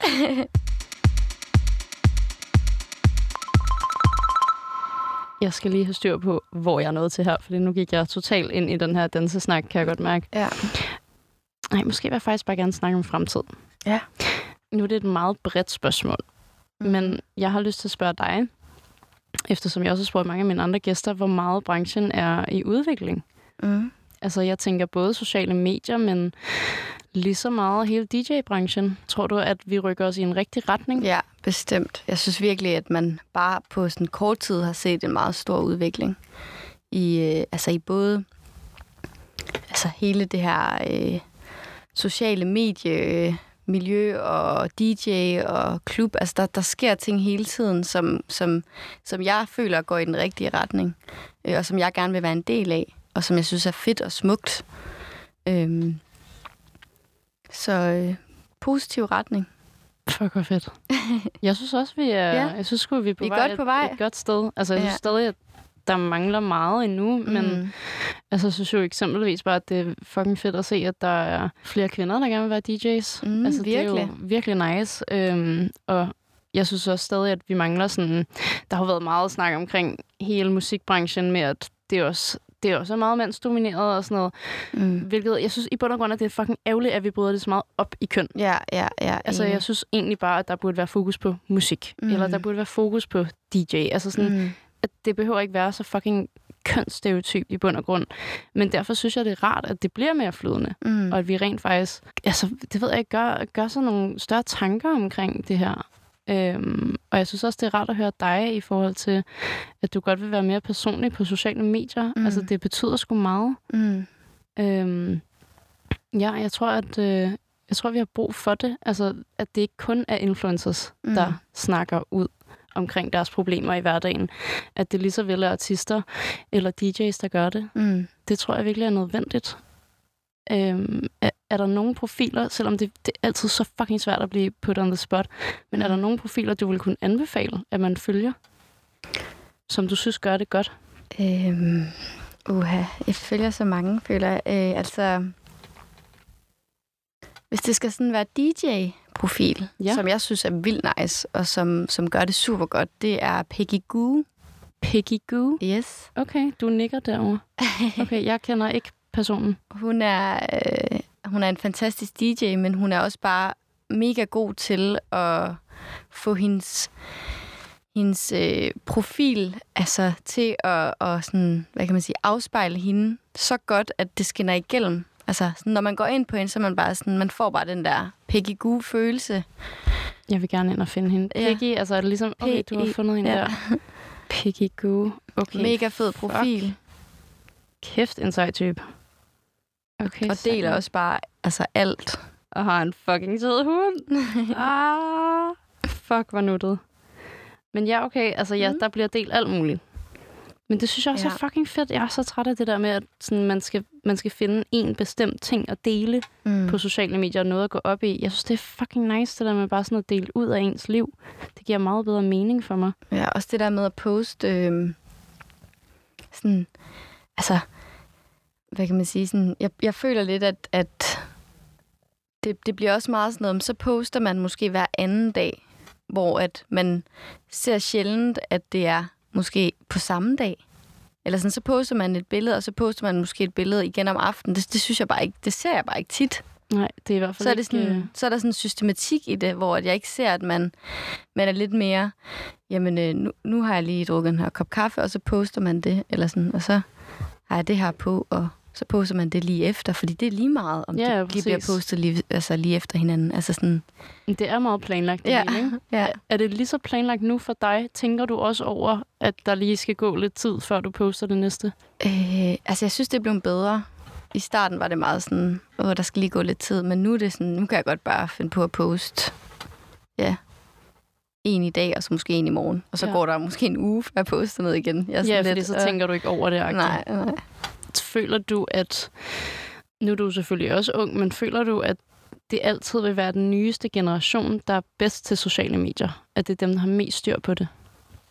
Jeg skal lige have styr på, hvor jeg er nået til her, for nu gik jeg totalt ind i den her dansesnak, kan jeg godt mærke. Ja. Nej, måske vil jeg faktisk bare gerne snakke om fremtid. Ja. Nu er det et meget bredt spørgsmål, men jeg har lyst til at spørge dig, eftersom jeg også har spurgt mange af mine andre gæster, hvor meget branchen er i udvikling. Altså, jeg tænker både sociale medier, men lige så meget hele DJ-branchen. Tror du, at vi rykker os i en rigtig retning? Ja, bestemt. Jeg synes virkelig, at man bare på sådan kort tid har set en meget stor udvikling. I både hele det her sociale miljø og DJ og klub. Altså, der sker ting hele tiden, som jeg føler går i den rigtige retning, og som jeg gerne vil være en del af, og som jeg synes er fedt og smukt. Positiv retning. Fuck, hvor fedt. Jeg synes også, vi er godt på vej et godt sted. Altså, jeg synes stadig, at der mangler meget endnu, men altså, jeg synes jo eksempelvis bare, at det er fucking fedt at se, at der er flere kvinder, der gerne vil være DJ's. Altså, det er jo virkelig nice. Og jeg synes også stadig, at vi mangler sådan... Der har været meget snak omkring hele musikbranchen med, at det er også meget mandsdomineret og sådan noget. Hvilket jeg synes i bund og grund, at det er fucking ærgerligt, at vi bryder det så meget op i køn. Ja. Altså, jeg synes egentlig bare, at der burde være fokus på musik. Eller der burde være fokus på DJ. Altså sådan, at det behøver ikke være så fucking kønsstereotyp i bund og grund. Men derfor synes jeg, det er rart, at det bliver mere flydende. Og at vi rent faktisk, altså, det ved jeg ikke, gør sådan nogle større tanker omkring det her. Og jeg synes også, det er rart at høre dig i forhold til, at du godt vil være mere personlig på sociale medier. Altså, det betyder sgu meget. Jeg tror, vi har brug for det. Altså, at det ikke kun er influencers, der snakker ud omkring deres problemer i hverdagen. At det lige så vel er artister eller DJ's, der gør det. Det tror jeg virkelig er nødvendigt. Er der nogle profiler, selvom det er altid så fucking svært at blive put on the spot, men er der nogle profiler, du vil kunne anbefale, at man følger, som du synes gør det godt? Jeg følger så mange, føler jeg. Altså, hvis det skal sådan være DJ-profil, som jeg synes er vildt nice, og som gør det super godt, det er Peggy Goo. Peggy Goo? Yes. Okay, du nikker derovre. Okay, jeg kender ikke personen. Hun er en fantastisk DJ, men hun er også bare mega god til at få hendes profil altså til at sådan, hvad kan man sige, afspejle hende så godt, at det skinner igennem. Altså, sådan, når man går ind på hende, så man bare sådan, man får bare den der Peggy Goo-følelse. Jeg vil gerne ind og finde hende. Peggy, altså er det ligesom, okay, du har fundet hende der. Peggy Goo. Okay. Mega fed profil. Kæft en sej type. Okay, og deler også bare altså alt. Og har en fucking sød hund. Fuck, hvor nuttet. Men ja, okay, altså ja, der bliver delt alt muligt. Men det synes jeg også er fucking fedt. Jeg er så træt af det der med, at sådan, man skal finde en bestemt ting at dele på sociale medier og noget at gå op i. Jeg synes, det er fucking nice, det der med bare sådan at dele ud af ens liv. Det giver meget bedre mening for mig. Ja, også det der med at poste sådan, altså, hvad kan man sige? Sådan, jeg føler lidt, at det bliver også meget sådan noget, så poster man måske hver anden dag, hvor at man ser sjældent, at det er måske på samme dag. Eller sådan, så poster man et billede, og så poster man måske et billede igen om aftenen. Det synes jeg bare ikke, det ser jeg bare ikke tit. Nej, det er i hvert fald så er det sådan, så er der sådan en systematik i det, hvor jeg ikke ser, at man er lidt mere, jamen, nu har jeg lige drukket en her kop kaffe, og så poster man det, eller sådan, og så har jeg det her på, og så poster man det lige efter, fordi det er lige meget, om det lige bliver postet lige efter hinanden. Altså sådan. Det er meget planlagt. Ja. Ikke? Ja. Er det lige så planlagt nu for dig? Tænker du også over, at der lige skal gå lidt tid, før du poster det næste? Altså, jeg synes, det er blevet bedre. I starten var det meget sådan, der skal lige gå lidt tid, men nu er det sådan, nu kan jeg godt bare finde på at poste, en i dag, og så måske en i morgen. Og så går der måske en uge, før jeg poster noget igen. Fordi så tænker du ikke over det. Nej. Føler du, at... Nu er du selvfølgelig også ung, men føler du, at det altid vil være den nyeste generation, der er bedst til sociale medier? At det er dem, der har mest styr på det?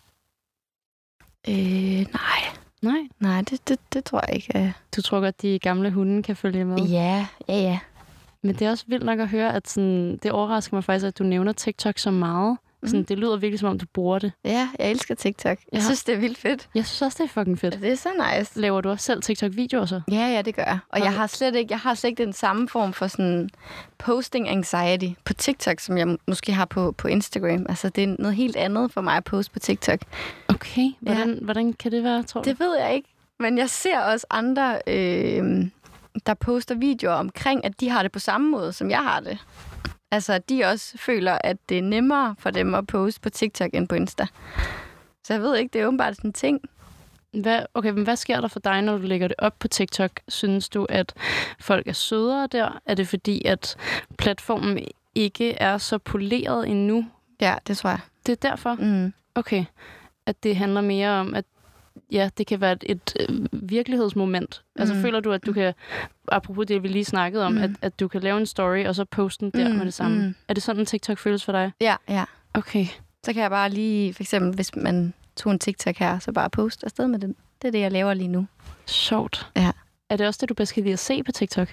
Nej, det tror jeg ikke. Du tror godt, de gamle hunde kan følge med? Ja. Men det er også vildt nok at høre, at sådan, det overrasker mig faktisk, at du nævner TikTok så meget. Sådan, det lyder virkelig, som om du bruger det. Ja, jeg elsker TikTok. Jeg synes, det er vildt fedt. Jeg synes også, det er fucking fedt. Det er så nice. Laver du også selv TikTok-videoer så? Ja, det gør jeg. Og jeg har slet ikke den samme form for sådan posting anxiety på TikTok, som jeg måske har på Instagram. Altså, det er noget helt andet for mig at poste på TikTok. Okay. Hvordan kan det være, tror du? Det ved jeg ikke. Men jeg ser også andre, der poster videoer omkring, at de har det på samme måde, som jeg har det. Altså, at de også føler, at det er nemmere for dem at poste på TikTok end på Insta. Så jeg ved ikke, det er åbenbart sådan en ting. Men hvad sker der for dig, når du lægger det op på TikTok? Synes du, at folk er sødere der? Er det fordi, at platformen ikke er så poleret endnu? Ja, det tror jeg. Det er derfor? Mm. Okay. At det handler mere om, at det kan være et virkelighedsmoment. Altså, føler du, at du kan, apropos det, vi lige snakkede om, at du kan lave en story, og så poste den der med det samme? Er det sådan, en TikTok føles for dig? Ja. Okay. Så kan jeg bare lige, for eksempel, hvis man tog en TikTok her, så bare poste afsted med den. Det er det, jeg laver lige nu. Sjovt. Ja. Er det også det, du bedst kan lide at se på TikTok?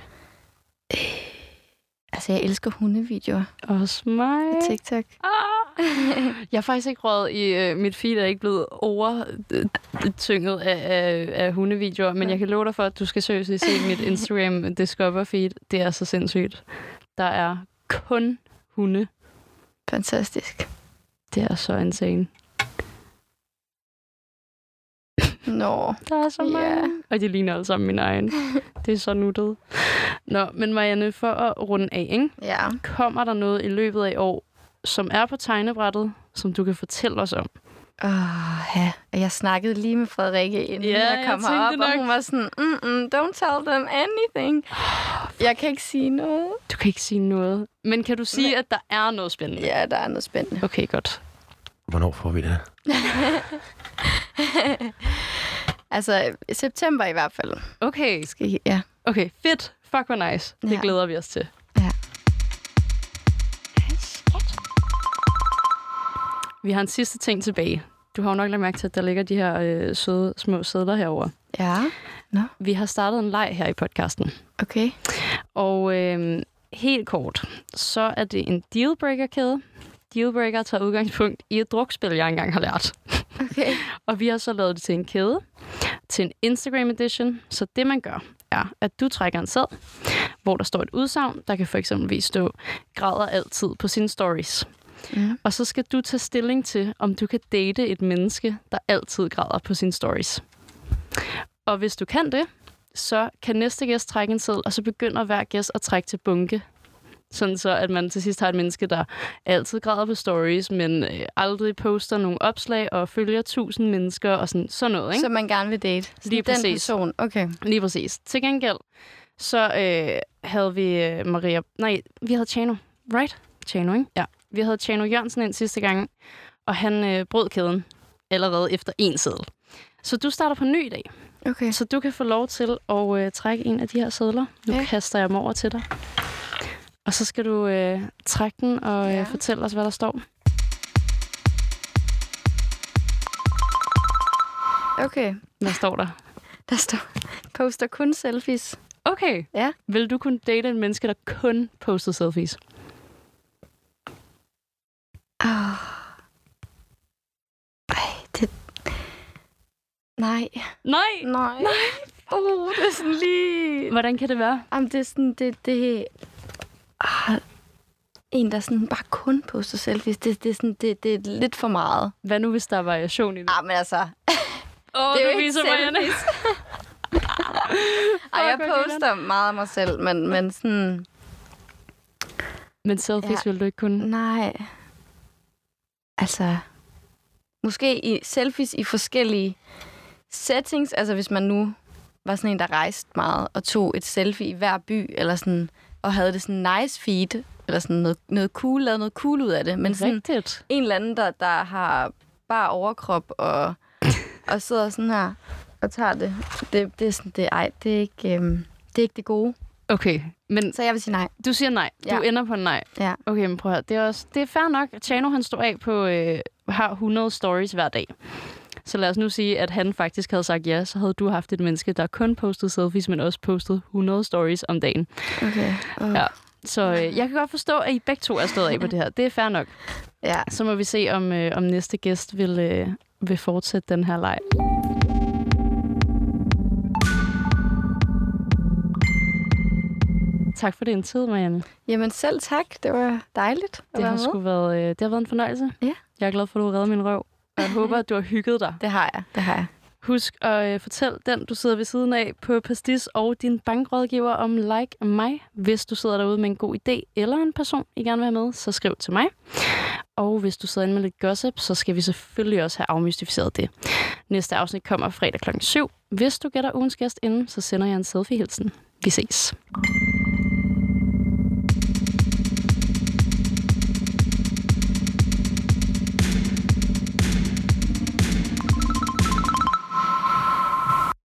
Altså, jeg elsker hundevideoer. Også mig. På TikTok. Jeg har faktisk ikke røget i mit feed, er ikke blevet overtynget af hundevideoer, men jeg kan love dig for, at du skal seriøst se mit Instagram Discover feed. Det er så sindssygt. Der er kun hunde. Fantastisk. Det er så insane. Nå. Der er så mange. Yeah. Og de ligner alle sammen min egen. Det er så nuttet. Nå, men Marianne, for at runde af, ikke? Ja. Kommer der noget i løbet af år, som er på tegnebrættet, som du kan fortælle os om? Jeg snakkede lige med Frederikke, inden jeg kom herop, og hun var sådan, don't tell them anything. Jeg kan ikke sige noget. Du kan ikke sige noget. Men kan du sige, at der er noget spændende? Ja, der er noget spændende. Okay, godt. Hvornår får vi det? Altså, september i hvert fald. Okay. Okay, fedt. Fuck, hvor nice. Det glæder vi os til. Ja. Vi har en sidste ting tilbage. Du har jo nok lagt mærke til, at der ligger de her søde små sædler herovre. Ja. Vi har startet en leg her i podcasten. Okay. Og helt kort, så er det en dealbreaker-kæde. Dealbreaker tager udgangspunkt i et drukspil, jeg engang har lært. Okay. Og vi har så lavet det til en kæde, til en Instagram edition. Så det, man gør, er, at du trækker en seddel, hvor der står et udsagn, der kan for eksempel stå, græder altid på sine stories. Mm. Og så skal du tage stilling til, om du kan date et menneske, der altid græder på sine stories. Og hvis du kan det, så kan næste gæst trække en seddel, og så begynder hver gæst at trække til bunke. Sådan så, at man til sidst har et menneske, der altid græder på stories, men aldrig poster nogle opslag og følger 1000 mennesker og sådan noget, ikke? Så man gerne vil date. Lige den præcis. Person. Okay. Lige præcis. Til gengæld, så havde vi vi havde Tjano. Right? Tjano, ikke? Ja. Vi havde Tjano Jørgensen ind sidste gang, og han brød kæden allerede efter en seddel. Så du starter på ny i dag. Okay. Så du kan få lov til at trække en af de her sedler. Nu kaster jeg dem over til dig. Og så skal du trække den og fortælle os, hvad der står. Okay. Hvad står der? Der står, poster kun selfies. Okay. Ja. Vil du kunne date en menneske, der kun poster selfies? Nej. Nej. Det er sådan lige... Hvordan kan det være? Jamen, det er sådan, en, der sådan bare kun poster selfies. Det er lidt for meget. Hvad nu, hvis der er variation i det? Men altså... det er jo ikke selfies. Jeg poster meget af mig selv, men sådan... Men selfies vil du ikke kunne? Nej. Altså... Måske i selfies i forskellige settings. Altså, hvis man nu var sådan en, der rejste meget og tog et selfie i hver by, eller sådan, og havde det sådan nice feed, eller sådan noget cool, lavede noget cool ud af det. Men sådan en eller anden, der har bare overkrop og sidder sådan her og tager det. Det er sådan, det er ikke det gode. Okay, men... Så jeg vil sige nej. Du siger nej. Du ender på en nej. Ja. Okay, men prøv at høre. Det er fair nok. Chano, han står af på... har 100 stories hver dag. Så lad os nu sige, at han faktisk havde sagt ja, så havde du haft et menneske, der kun postede selfies, men også postede 100 stories om dagen. Okay. Ja. Så jeg kan godt forstå, at I begge to er stået af på det her. Det er fair nok. Ja. Så må vi se, om næste gæst vil fortsætte den her leg. Tak for din tid, Marianne. Jamen selv tak. Det var dejligt. Det har været en fornøjelse. Ja. Jeg er glad for, at du har reddet min røv. Og jeg håber, at du har hygget dig. Det har jeg. Husk at fortælle den, du sidder ved siden af på Pastis og din bankrådgiver om Like mig. Hvis du sidder derude med en god idé eller en person, I gerne vil have med, så skriv til mig. Og hvis du sidder inde med lidt gossip, så skal vi selvfølgelig også have afmystificeret det. Næste afsnit kommer fredag kl. 7. Hvis du gætter ugens gæst inden, så sender jeg en selfie-hilsen. Vi ses.